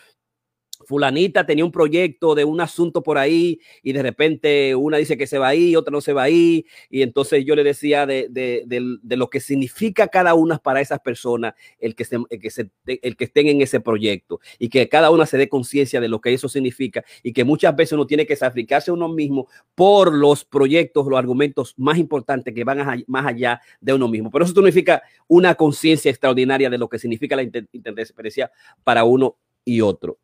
fulanita tenía un proyecto de un asunto por ahí y de repente una dice que se va ahí, otra no se va ahí, y entonces yo le decía de, de, de, de lo que significa cada una para esas personas el que, se, el, que se, el que estén en ese proyecto y que cada una se dé conciencia de lo que eso significa y que muchas veces uno tiene que sacrificarse a uno mismo por los proyectos, los argumentos más importantes que van a, más allá de uno mismo. Pero eso significa una conciencia extraordinaria de lo que significa la interdependencia para uno y otro.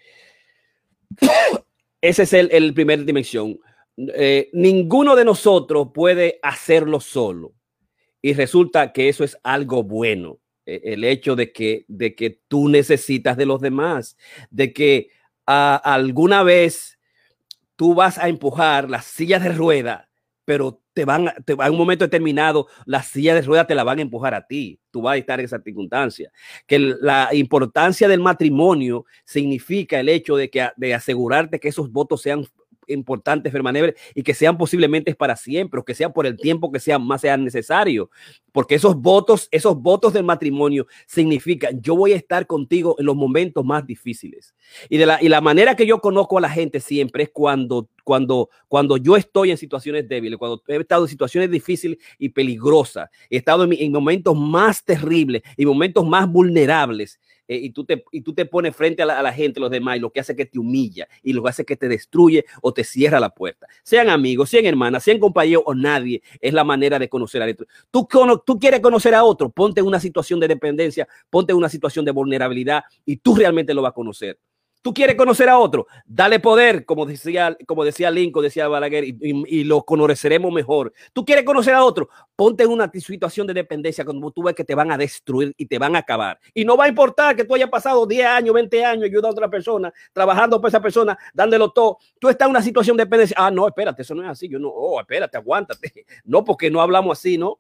Ese es el, el primer dimensión. Eh, ninguno de nosotros puede hacerlo solo y resulta que eso es algo bueno. Eh, el hecho de que, de que tú necesitas de los demás, de que uh, alguna vez tú vas a empujar las sillas de rueda, pero te van, te va en un momento determinado, las sillas de ruedas te la van a empujar a ti. Tú vas a estar en esa circunstancia. Que la importancia del matrimonio significa el hecho de, que, de asegurarte que esos votos sean importantes, permanentes, y que sean posiblemente para siempre, o que sea por el tiempo que sea más sea necesario, porque esos votos, esos votos del matrimonio significan yo voy a estar contigo en los momentos más difíciles. Y de la, y la manera que yo conozco a la gente siempre es cuando, cuando, cuando yo estoy en situaciones débiles, cuando he estado en situaciones difíciles y peligrosas, he estado en, en momentos más terribles y momentos más vulnerables. Eh, y, tú te, y tú te pones frente a la, a la gente, los demás, y lo que hace que te humilla y lo que hace que te destruye o te cierra la puerta. Sean amigos, sean hermanas, sean compañeros o nadie, es la manera de conocer a otro. Tú, tú quieres conocer a otro, ponte en una situación de dependencia, ponte en una situación de vulnerabilidad y tú realmente lo vas a conocer. Tú quieres conocer a otro, dale poder, como decía, como decía Lincoln, decía Balaguer, y, y, y lo conoceremos mejor. Tú quieres conocer a otro, ponte en una situación de dependencia cuando tú ves que te van a destruir y te van a acabar. Y no va a importar que tú hayas pasado diez años, veinte años ayudando a otra persona, trabajando por esa persona, dándolo todo. Tú estás en una situación de dependencia. Ah, no, espérate, eso no es así. Yo no, oh, espérate, aguántate. No, porque no hablamos así, ¿no?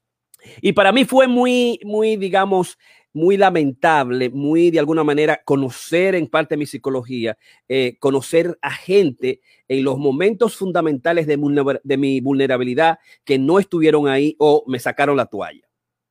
Y para mí fue muy, muy, digamos, muy lamentable, muy de alguna manera conocer en parte de mi psicología, eh, conocer a gente en los momentos fundamentales de, de mi vulnerabilidad que no estuvieron ahí o me sacaron la toalla.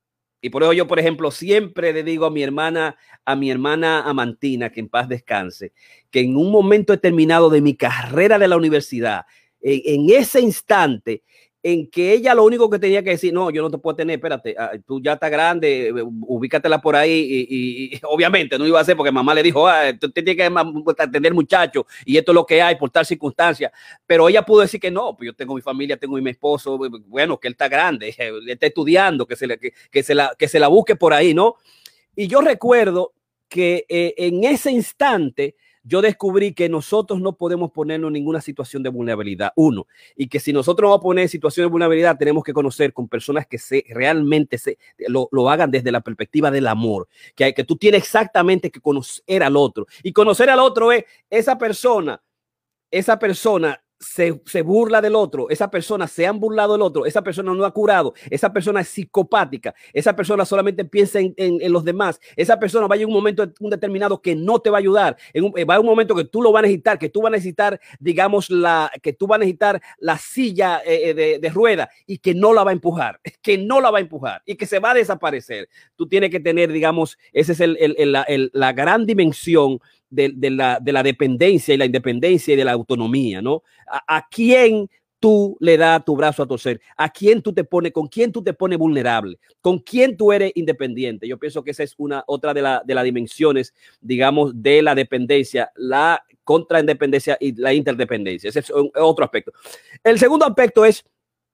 Y por eso yo, por ejemplo, siempre le digo a mi hermana, a mi hermana Amantina, que en paz descanse, que en un momento determinado de mi carrera de la universidad, en, en ese instante, en que ella lo único que tenía que decir, no, yo no te puedo tener, espérate, tú ya estás grande, ubícatela por ahí, y, y, y obviamente no iba a hacer porque mamá le dijo, ah, tú tienes que atender muchacho y esto es lo que hay por tal circunstancia, pero ella pudo decir que no, pues yo tengo mi familia, tengo mi esposo, bueno, que él está grande, él está estudiando, que se, le, que, que, se la, que se la busque por ahí, ¿no? Y yo recuerdo que eh, en ese instante yo descubrí que nosotros no podemos ponernos en ninguna situación de vulnerabilidad, uno, y que si nosotros vamos a poner en situación de vulnerabilidad, tenemos que conocer con personas que se, realmente se, lo, lo hagan desde la perspectiva del amor, que, que tú tienes exactamente que conocer al otro, y conocer al otro es esa persona, esa persona Se, se burla del otro, esa persona se han burlado del otro, esa persona no ha curado, esa persona es psicopática, esa persona solamente piensa en, en, en los demás, esa persona va a llegar un momento un determinado que no te va a ayudar, en un, va a un momento que tú lo vas a necesitar, que tú vas a necesitar, digamos, la, que tú vas a necesitar la silla eh, de, de rueda y que no la va a empujar, que no la va a empujar y que se va a desaparecer. Tú tienes que tener, digamos, esa es el, el, el, la, el, la gran dimensión De, de, la, de la dependencia y la independencia y de la autonomía, ¿no? ¿A, a quién tú le das tu brazo a torcer? ¿A quién tú te pones, con quién tú te pones vulnerable? ¿Con quién tú eres independiente? Yo pienso que esa es una otra de, la, de las dimensiones, digamos, de la dependencia, la contraindependencia y la interdependencia. Ese es otro aspecto. El segundo aspecto es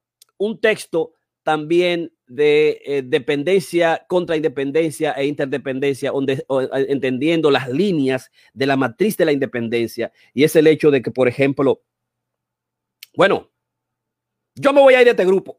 un texto también de eh, dependencia contra independencia e interdependencia, donde, o, entendiendo las líneas de la matriz de la independencia, y es el hecho de que, por ejemplo, bueno, yo me voy a ir de este grupo,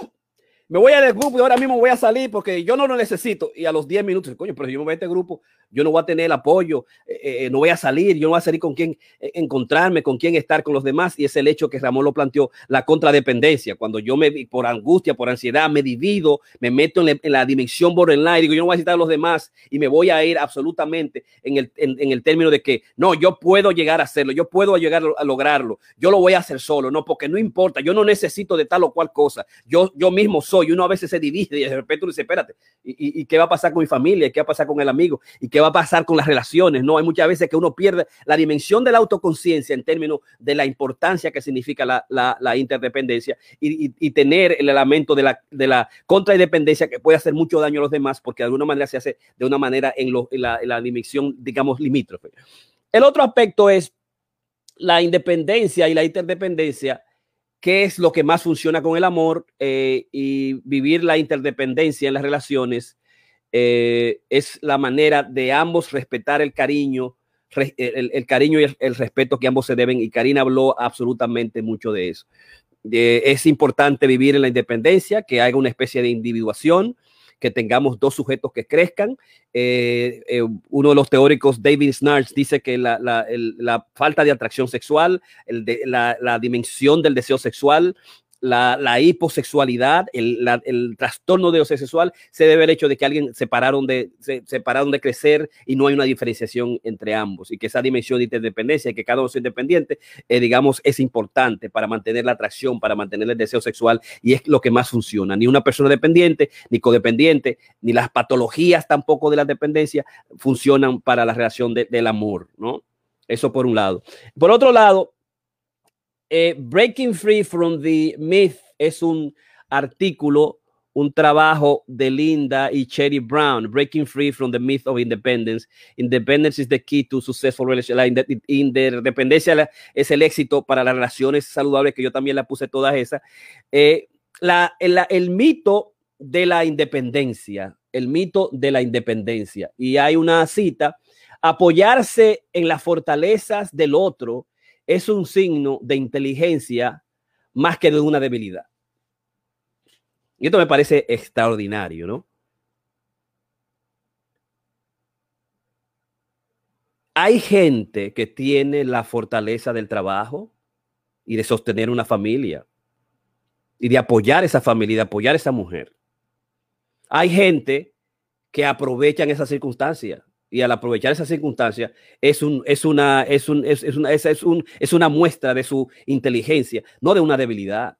me voy a ir del grupo y ahora mismo voy a salir porque yo no lo necesito, y a los diez minutos, coño, pero si yo me voy a este grupo, yo no voy a tener el apoyo, eh, eh, no voy a salir, yo no voy a salir con quién eh, encontrarme, con quién estar con los demás, y es el hecho que Ramón lo planteó, la contradependencia, cuando yo me, por angustia, por ansiedad, me divido, me meto en la, en la dimensión borderline, digo, yo no voy a necesitar a los demás, y me voy a ir absolutamente en el, en, en el término de que, no, yo puedo llegar a hacerlo, yo puedo llegar a lograrlo, yo lo voy a hacer solo, no, porque no importa, yo no necesito de tal o cual cosa, yo, yo mismo soy, uno a veces se divide y de repente uno dice, espérate, ¿y, y, y qué va a pasar con mi familia? ¿Qué va a pasar con el amigo? ¿Y qué va a pasar con las relaciones? No, hay muchas veces que uno pierde la dimensión de la autoconciencia en términos de la importancia que significa la, la, la interdependencia y, y, y tener el elemento de la, de la contraindependencia que puede hacer mucho daño a los demás porque de alguna manera se hace de una manera en, lo, en, la, en la dimensión, digamos, limítrofe. El otro aspecto es la independencia y la interdependencia, qué es lo que más funciona con el amor eh, y vivir la interdependencia en las relaciones. Eh, es la manera de ambos respetar el cariño, re, el, el cariño y el, el respeto que ambos se deben, y Karina habló absolutamente mucho de eso. Eh, es importante vivir en la independencia, que haya una especie de individuación, que tengamos dos sujetos que crezcan. Eh, eh, uno de los teóricos, David Snarch, dice que la, la, el, la falta de atracción sexual, el de, la, la dimensión del deseo sexual, la, la hiposexualidad, el, la, el trastorno de ocio sexual, se debe al hecho de que alguien se pararon de, se, se pararon de crecer y no hay una diferenciación entre ambos, y que esa dimensión de interdependencia, que cada uno sea independiente, eh, digamos, es importante para mantener la atracción, para mantener el deseo sexual, y es lo que más funciona. Ni una persona dependiente, ni codependiente, ni las patologías tampoco de la dependencia funcionan para la relación de, del amor, ¿no? Eso por un lado. Por otro lado, Eh, Breaking Free from the Myth es un artículo, un trabajo de Linda y Cherry Brown. Breaking Free from the Myth of Independence. Independence is the key to successful relations. La interdependencia es el éxito para las relaciones saludables, que yo también la puse todas esas. Eh, la, el, el mito de la independencia, el mito de la independencia. Y hay una cita: apoyarse en las fortalezas del otro es un signo de inteligencia más que de una debilidad. Y esto me parece extraordinario, ¿no? Hay gente que tiene la fortaleza del trabajo y de sostener una familia y de apoyar esa familia y de apoyar a esa mujer. Hay gente que aprovechan esas circunstancias. Y al aprovechar esa circunstancia es, un, es, una, es, un, es, es, una, es, es, un, es una muestra de su inteligencia, no de una debilidad.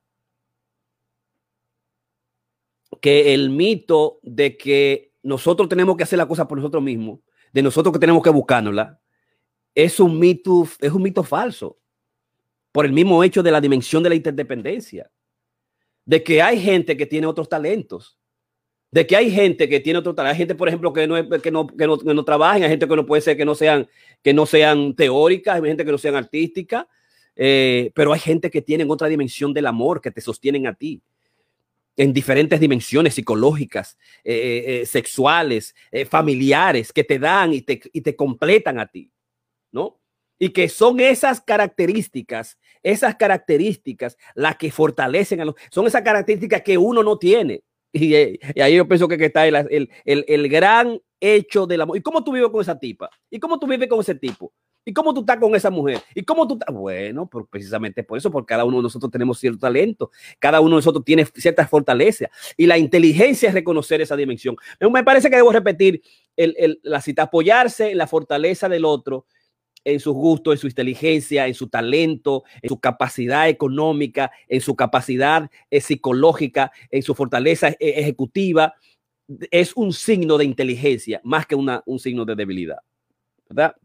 Que el mito de que nosotros tenemos que hacer la cosa por nosotros mismos, de nosotros que tenemos que buscárnosla, es un mito, es un mito falso, por el mismo hecho de la dimensión de la interdependencia, de que hay gente que tiene otros talentos, de que hay gente que tiene otro talento. Hay gente, por ejemplo, que no, que no, que no, que no trabajen, hay gente que no puede ser que no sean, que no sean teóricas, hay gente que no sean artísticas, eh, pero hay gente que tienen otra dimensión del amor, que te sostienen a ti en diferentes dimensiones psicológicas, eh, eh, sexuales, eh, familiares, que te dan y te, y te completan a ti, ¿no? Y que son esas características, esas características las que fortalecen a los, son esas características que uno no tiene. Y, y ahí yo pienso que, que está el, el, el, el gran hecho del amor. ¿Y cómo tú vives con esa tipa? ¿Y cómo tú vives con ese tipo? ¿Y cómo tú estás con esa mujer? ¿Y cómo tú estás? Bueno, pues precisamente por eso, porque cada uno de nosotros tenemos cierto talento, cada uno de nosotros tiene ciertas fortalezas, y la inteligencia es reconocer esa dimensión. Me parece que debo repetir el, el, la cita: apoyarse en la fortaleza del otro, en sus gustos, en su inteligencia, en su talento, en su capacidad económica, en su capacidad eh, psicológica, en su fortaleza eh, ejecutiva, es un signo de inteligencia más que una, un signo de debilidad, ¿verdad?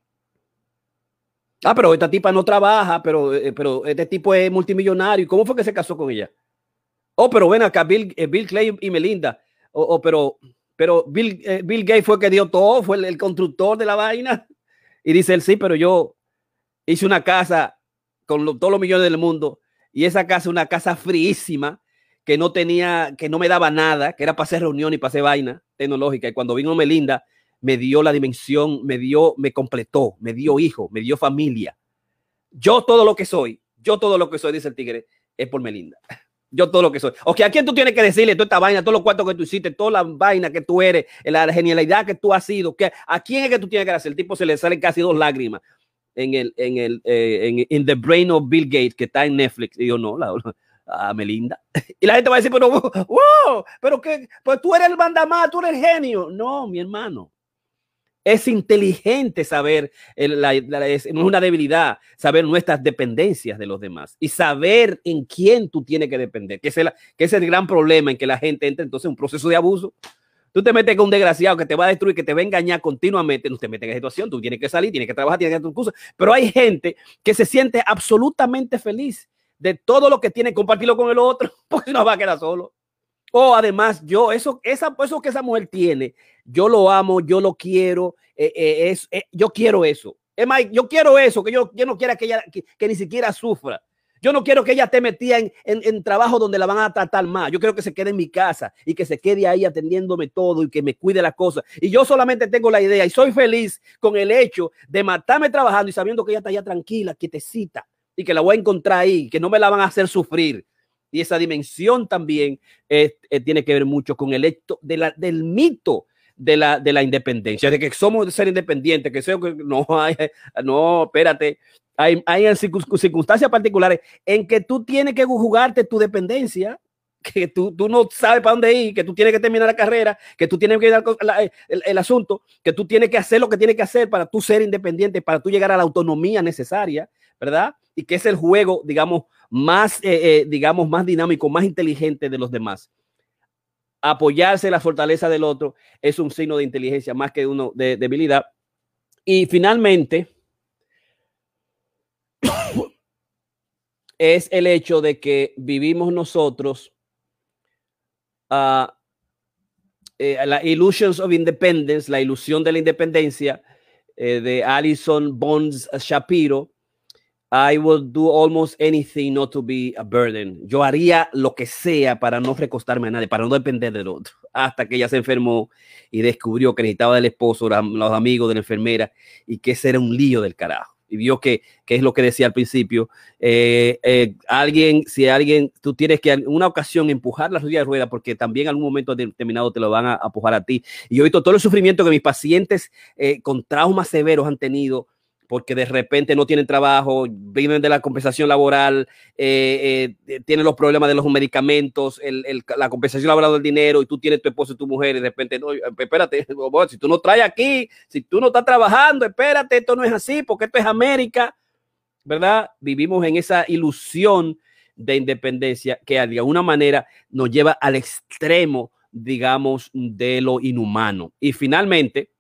Ah, pero esta tipa no trabaja, pero, eh, pero este tipo es multimillonario. ¿Cómo fue que se casó con ella? Oh, pero ven acá, Bill, eh, Bill Clay y Melinda. Oh, oh, pero pero Bill, eh, Bill Gates fue el que dio todo, fue el, el constructor de la vaina. Y dice él: sí, pero yo hice una casa con lo, todos los millones del mundo, y esa casa, una casa fríísima, que no tenía, que no me daba nada, que era para hacer reunión y para hacer vaina tecnológica. Y cuando vino Melinda, me dio la dimensión, me dio, me completó, me dio hijo, me dio familia. Yo todo lo que soy, yo todo lo que soy, dice el tigre, es por Melinda. Yo todo lo que soy. Ok, ¿a quién tú tienes que decirle toda esta vaina, todos los cuartos que tú hiciste, toda la vaina que tú eres, la genialidad que tú has sido? Que, ¿a quién es que tú tienes que hacer? El tipo se le salen casi dos lágrimas en el, en el, eh, en in the brain of Bill Gates, que está en Netflix. Y yo, no, la, a Melinda. Y la gente va a decir, pero, wow, pero que, pues tú eres el mandamás, tú eres el genio. No, mi hermano. Es inteligente saber, el, la, la, es, no es una debilidad, saber nuestras dependencias de los demás y saber en quién tú tienes que depender, que es el, que es el gran problema en que la gente entra entonces en un proceso de abuso. Tú te metes con un desgraciado que te va a destruir, que te va a engañar continuamente, no te metes en esa situación, tú tienes que salir, tienes que trabajar, tienes que hacer tus cosas, pero hay gente que se siente absolutamente feliz de todo lo que tiene, compartirlo con el otro, porque no va a quedar solo. O oh, además, yo, eso, esa, eso que esa mujer tiene, yo lo amo, yo lo quiero, eh, eh, es, eh, yo quiero eso. Es más, yo quiero eso, que yo, yo no quiera que ella, que, que ni siquiera sufra. Yo no quiero que ella esté metida en, en, en trabajo donde la van a tratar mal. Yo quiero que se quede en mi casa y que se quede ahí atendiéndome todo y que me cuide las cosas. Y yo solamente tengo la idea y soy feliz con el hecho de matarme trabajando y sabiendo que ella está allá tranquila, quietecita, y que la voy a encontrar ahí, que no me la van a hacer sufrir. Y esa dimensión también eh, eh, tiene que ver mucho con el hecho de la, del mito de la, de la independencia, de que somos de ser independientes, que sea, no hay, no, espérate, hay, hay circunstancias particulares en que tú tienes que jugarte tu dependencia, que tú, tú no sabes para dónde ir, que tú tienes que terminar la carrera, que tú tienes que dar el, el, el asunto, que tú tienes que hacer lo que tienes que hacer para tú ser independiente, para tú llegar a la autonomía necesaria, ¿verdad? Y que es el juego, digamos, más, eh, eh, digamos, más dinámico, más inteligente de los demás. Apoyarse en la fortaleza del otro es un signo de inteligencia más que uno de debilidad. Y finalmente, es el hecho de que vivimos nosotros uh, eh, la Illusions of Independence, la ilusión de la independencia, eh, de Alison Bonds Shapiro. I will do almost anything not to be a burden. Yo haría lo que sea para no recostarme a nadie, para no depender del otro. Hasta que ella se enfermó y descubrió que necesitaba del esposo, los amigos de la enfermera, y que ese era un lío del carajo. Y vio que, que es lo que decía al principio, eh, eh, alguien, si alguien, tú tienes que en una ocasión empujar la silla de rueda, porque también en algún momento determinado te lo van a empujar a ti. Y yo he visto todo el sufrimiento que mis pacientes eh, con traumas severos han tenido, porque de repente no tienen trabajo, viven de la compensación laboral, eh, eh, tienen los problemas de los medicamentos, el, el, la compensación laboral del dinero, y tú tienes tu esposo y tu mujer, y de repente, no, espérate, si tú no traes aquí, si tú no estás trabajando, espérate, esto no es así, porque esto es América, ¿verdad? Vivimos en esa ilusión de independencia que de alguna manera nos lleva al extremo, digamos, de lo inhumano. Y finalmente,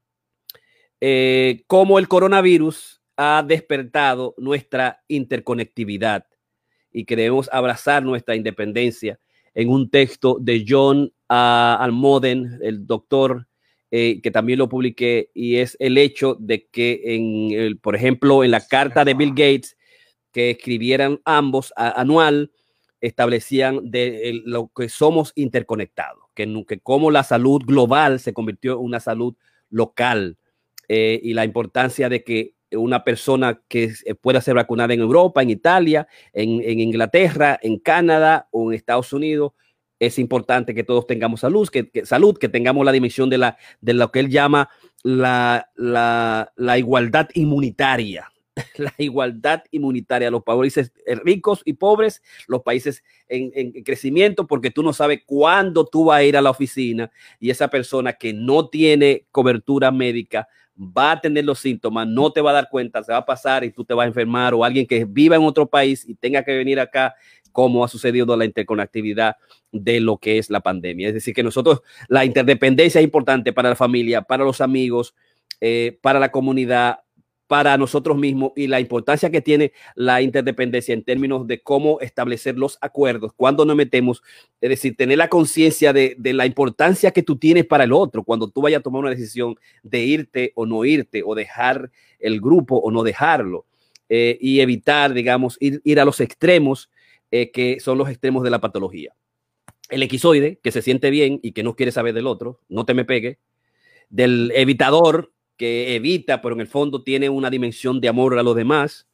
Eh, cómo el coronavirus ha despertado nuestra interconectividad y queremos abrazar nuestra independencia. En un texto de John uh, Almoden, el doctor, eh, que también lo publiqué, y es el hecho de que, en el, por ejemplo, en la carta de Bill Gates que escribieran ambos a, anual, establecían de, de lo que somos interconectados, que, que cómo la salud global se convirtió en una salud local. Eh, y la importancia de que una persona que pueda ser vacunada en Europa, en Italia, en, en Inglaterra, en Canadá o en Estados Unidos, es importante que todos tengamos salud, que, que, salud, que tengamos la dimensión de, la, de lo que él llama la, la, la igualdad inmunitaria. La igualdad inmunitaria, los países ricos y pobres, los países en, en crecimiento, porque tú no sabes cuándo tú vas a ir a la oficina y esa persona que no tiene cobertura médica va a tener los síntomas, no te va a dar cuenta, se va a pasar y tú te vas a enfermar, o alguien que viva en otro país y tenga que venir acá, como ha sucedido la interconectividad de lo que es la pandemia. Es decir, que nosotros, la interdependencia es importante para la familia, para los amigos, eh, para la comunidad, para nosotros mismos, y la importancia que tiene la interdependencia en términos de cómo establecer los acuerdos, cuando nos metemos, es decir, tener la conciencia de, de la importancia que tú tienes para el otro, cuando tú vayas a tomar una decisión de irte o no irte, o dejar el grupo o no dejarlo, eh, y evitar, digamos, ir, ir a los extremos, eh, que son los extremos de la patología. El equizoide, que se siente bien y que no quiere saber del otro, no te me pegue. Del evitador, que evita, pero en el fondo tiene una dimensión de amor a los demás.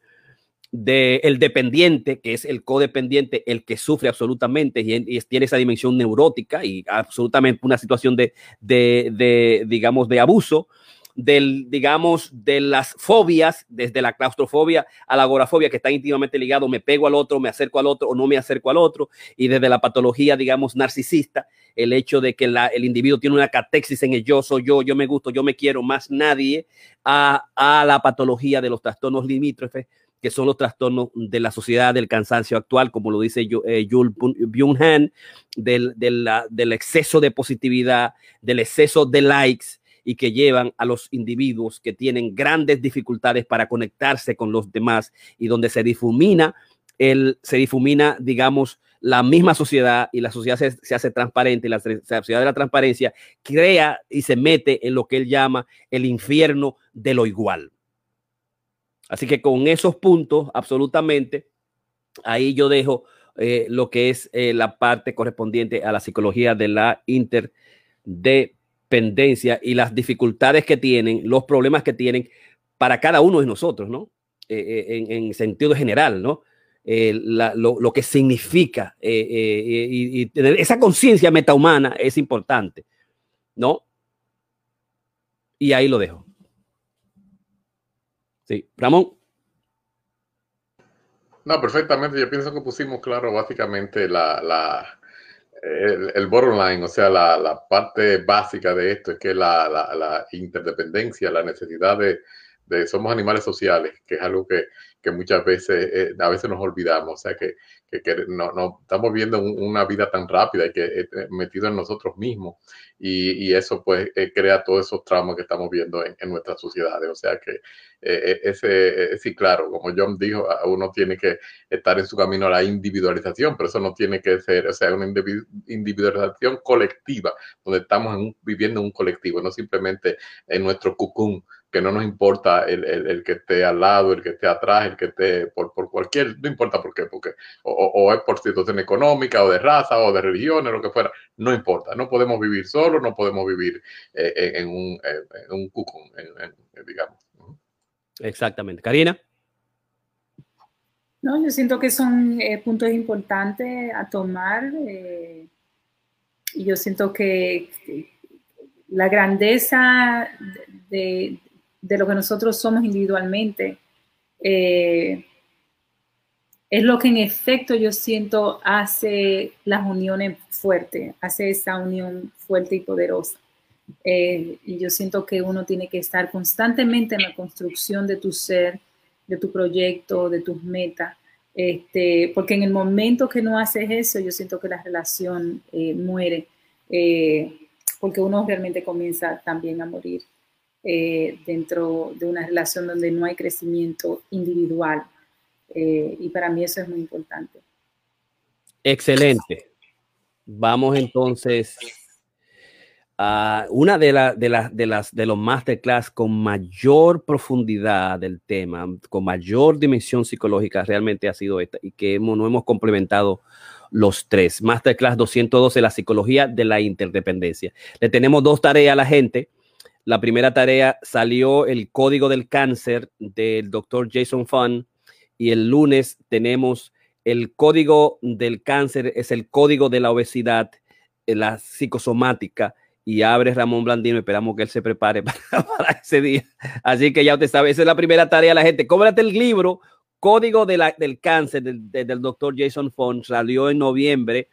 Del dependiente, que es el codependiente, el que sufre absolutamente y, y tiene esa dimensión neurótica y absolutamente una situación de, de, de, digamos, de abuso. Del, digamos, de las fobias, desde la claustrofobia a la agorafobia, que están íntimamente ligados, me pego al otro, me acerco al otro o no me acerco al otro, y desde la patología, digamos, narcisista, el hecho de que la, el individuo tiene una catexis en el yo, soy yo, yo me gusto, yo me quiero, más nadie, a, a la patología de los trastornos limítrofes, que son los trastornos de la sociedad del cansancio actual, como lo dice eh, Jules Byung-Han, del, del, del exceso de positividad, del exceso de likes, y que llevan a los individuos que tienen grandes dificultades para conectarse con los demás, y donde se difumina, el, se difumina, digamos, la misma sociedad, y la sociedad se, se hace transparente, y la, la sociedad de la transparencia crea y se mete en lo que él llama el infierno de lo igual. Así que con esos puntos, absolutamente, ahí yo dejo eh, lo que es eh, la parte correspondiente a la psicología de la interdependencia y las dificultades que tienen, los problemas que tienen para cada uno de nosotros, ¿no? Eh, en, en sentido general, ¿no? Eh, la, lo, lo que significa eh, eh, y, y tener esa conciencia metahumana es importante, ¿no? Y ahí lo dejo. Sí, Ramón. No, perfectamente. Yo pienso que pusimos claro básicamente la, la, el, el bottom line, o sea, la, la parte básica de esto es que la, la, la interdependencia, la necesidad de, de, somos animales sociales, que es algo que, que muchas veces, eh, a veces nos olvidamos, o sea, que, que, que no, no estamos viendo un, una vida tan rápida y que eh, metido en nosotros mismos, y, y eso pues eh, crea todos esos traumas que estamos viendo en, en nuestras sociedades, o sea que eh, ese, eh, sí, claro, como John dijo, uno tiene que estar en su camino a la individualización, pero eso no tiene que ser, o sea, una individualización colectiva, donde estamos en un, viviendo en un colectivo, no simplemente en nuestro cucún, que no nos importa el, el, el que esté al lado, el que esté atrás, el que esté por, por cualquier, no importa por qué, porque o, o es por situación económica, o de raza, o de religión, o lo que fuera, no importa, no podemos vivir solos, no podemos vivir eh, en, en, un, en un cucún, en, en, digamos. Exactamente. Karina. No, yo siento que son eh, puntos importantes a tomar eh, y yo siento que la grandeza de, de lo que nosotros somos individualmente eh, es lo que en efecto yo siento hace las uniones fuertes, hace esa unión fuerte y poderosa. Eh, y yo siento que uno tiene que estar constantemente en la construcción de tu ser, de tu proyecto, de tus metas, este, porque en el momento que no haces eso, yo siento que la relación eh, muere, eh, porque uno realmente comienza también a morir eh, dentro de una relación donde no hay crecimiento individual, eh, y para mí eso es muy importante. Excelente. Vamos entonces Uh, una de, la, de, la, de, las, de los masterclass con mayor profundidad del tema, con mayor dimensión psicológica, realmente ha sido esta, y que hemos, no hemos complementado los tres. Masterclass doscientos doce, la psicología de la interdependencia. Le tenemos dos tareas a la gente. La primera tarea, salió el código del cáncer del doctor Jason Fung, y el lunes tenemos el código del cáncer, es el código de la obesidad, la psicosomática, y abre Ramón Blandino. Esperamos que él se prepare para, para ese día. Así que ya usted sabe, esa es la primera tarea de la gente. Cómprate el libro Código de la, del Cáncer del, del doctor Jason Fung, salió en noviembre.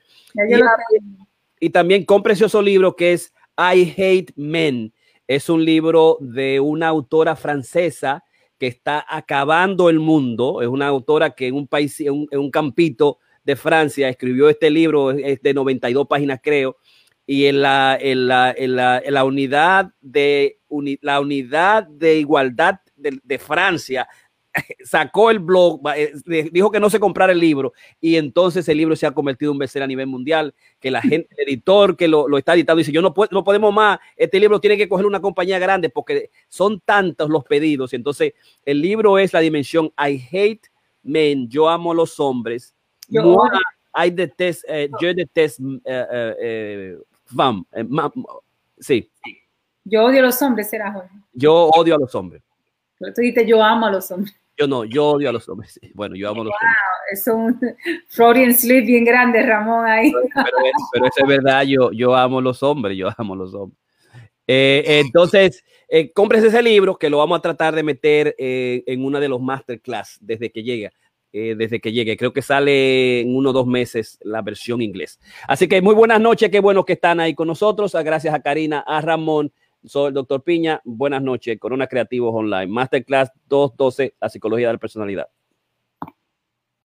Y, y también cómprese otro libro que es I Hate Men. Es un libro de una autora francesa que está acabando el mundo. Es una autora que en un país, en un, en un campito de Francia escribió este libro, es de noventa y dos páginas creo. Y en la, en la, en la, en la unidad de uni, la unidad de igualdad de, de Francia sacó el blog, dijo que no se comprara el libro, y entonces el libro se ha convertido en un bestseller a nivel mundial, que la gente, el editor que lo, lo está editando dice, yo no, puedo, no podemos más, este libro tiene que coger una compañía grande porque son tantos los pedidos. Y entonces el libro es la dimensión I Hate Men, yo amo a los hombres, yo, Moi, I detest, eh, yo detest eh, eh, Fam, eh, ma, sí. Yo odio a los hombres, será Jorge. Yo odio a los hombres. Pero tú dices, yo amo a los hombres. Yo no, yo odio a los hombres. Bueno, yo amo a los wow, hombres. Es un Freudian slip bien grande, Ramón, ahí. Pero, pero, pero eso es verdad, yo, yo amo a los hombres, yo amo a los hombres. Eh, entonces, eh, cómprese ese libro que lo vamos a tratar de meter eh, en una de los masterclass desde que llegue. Eh, desde que llegue, creo que sale en uno o dos meses la versión inglés. Así que muy buenas noches, qué bueno que están ahí con nosotros. Gracias a Karina, a Ramón, soy el doctor Piña. Buenas noches, Corona Creativos Online, Masterclass doscientos doce, la psicología de la personalidad.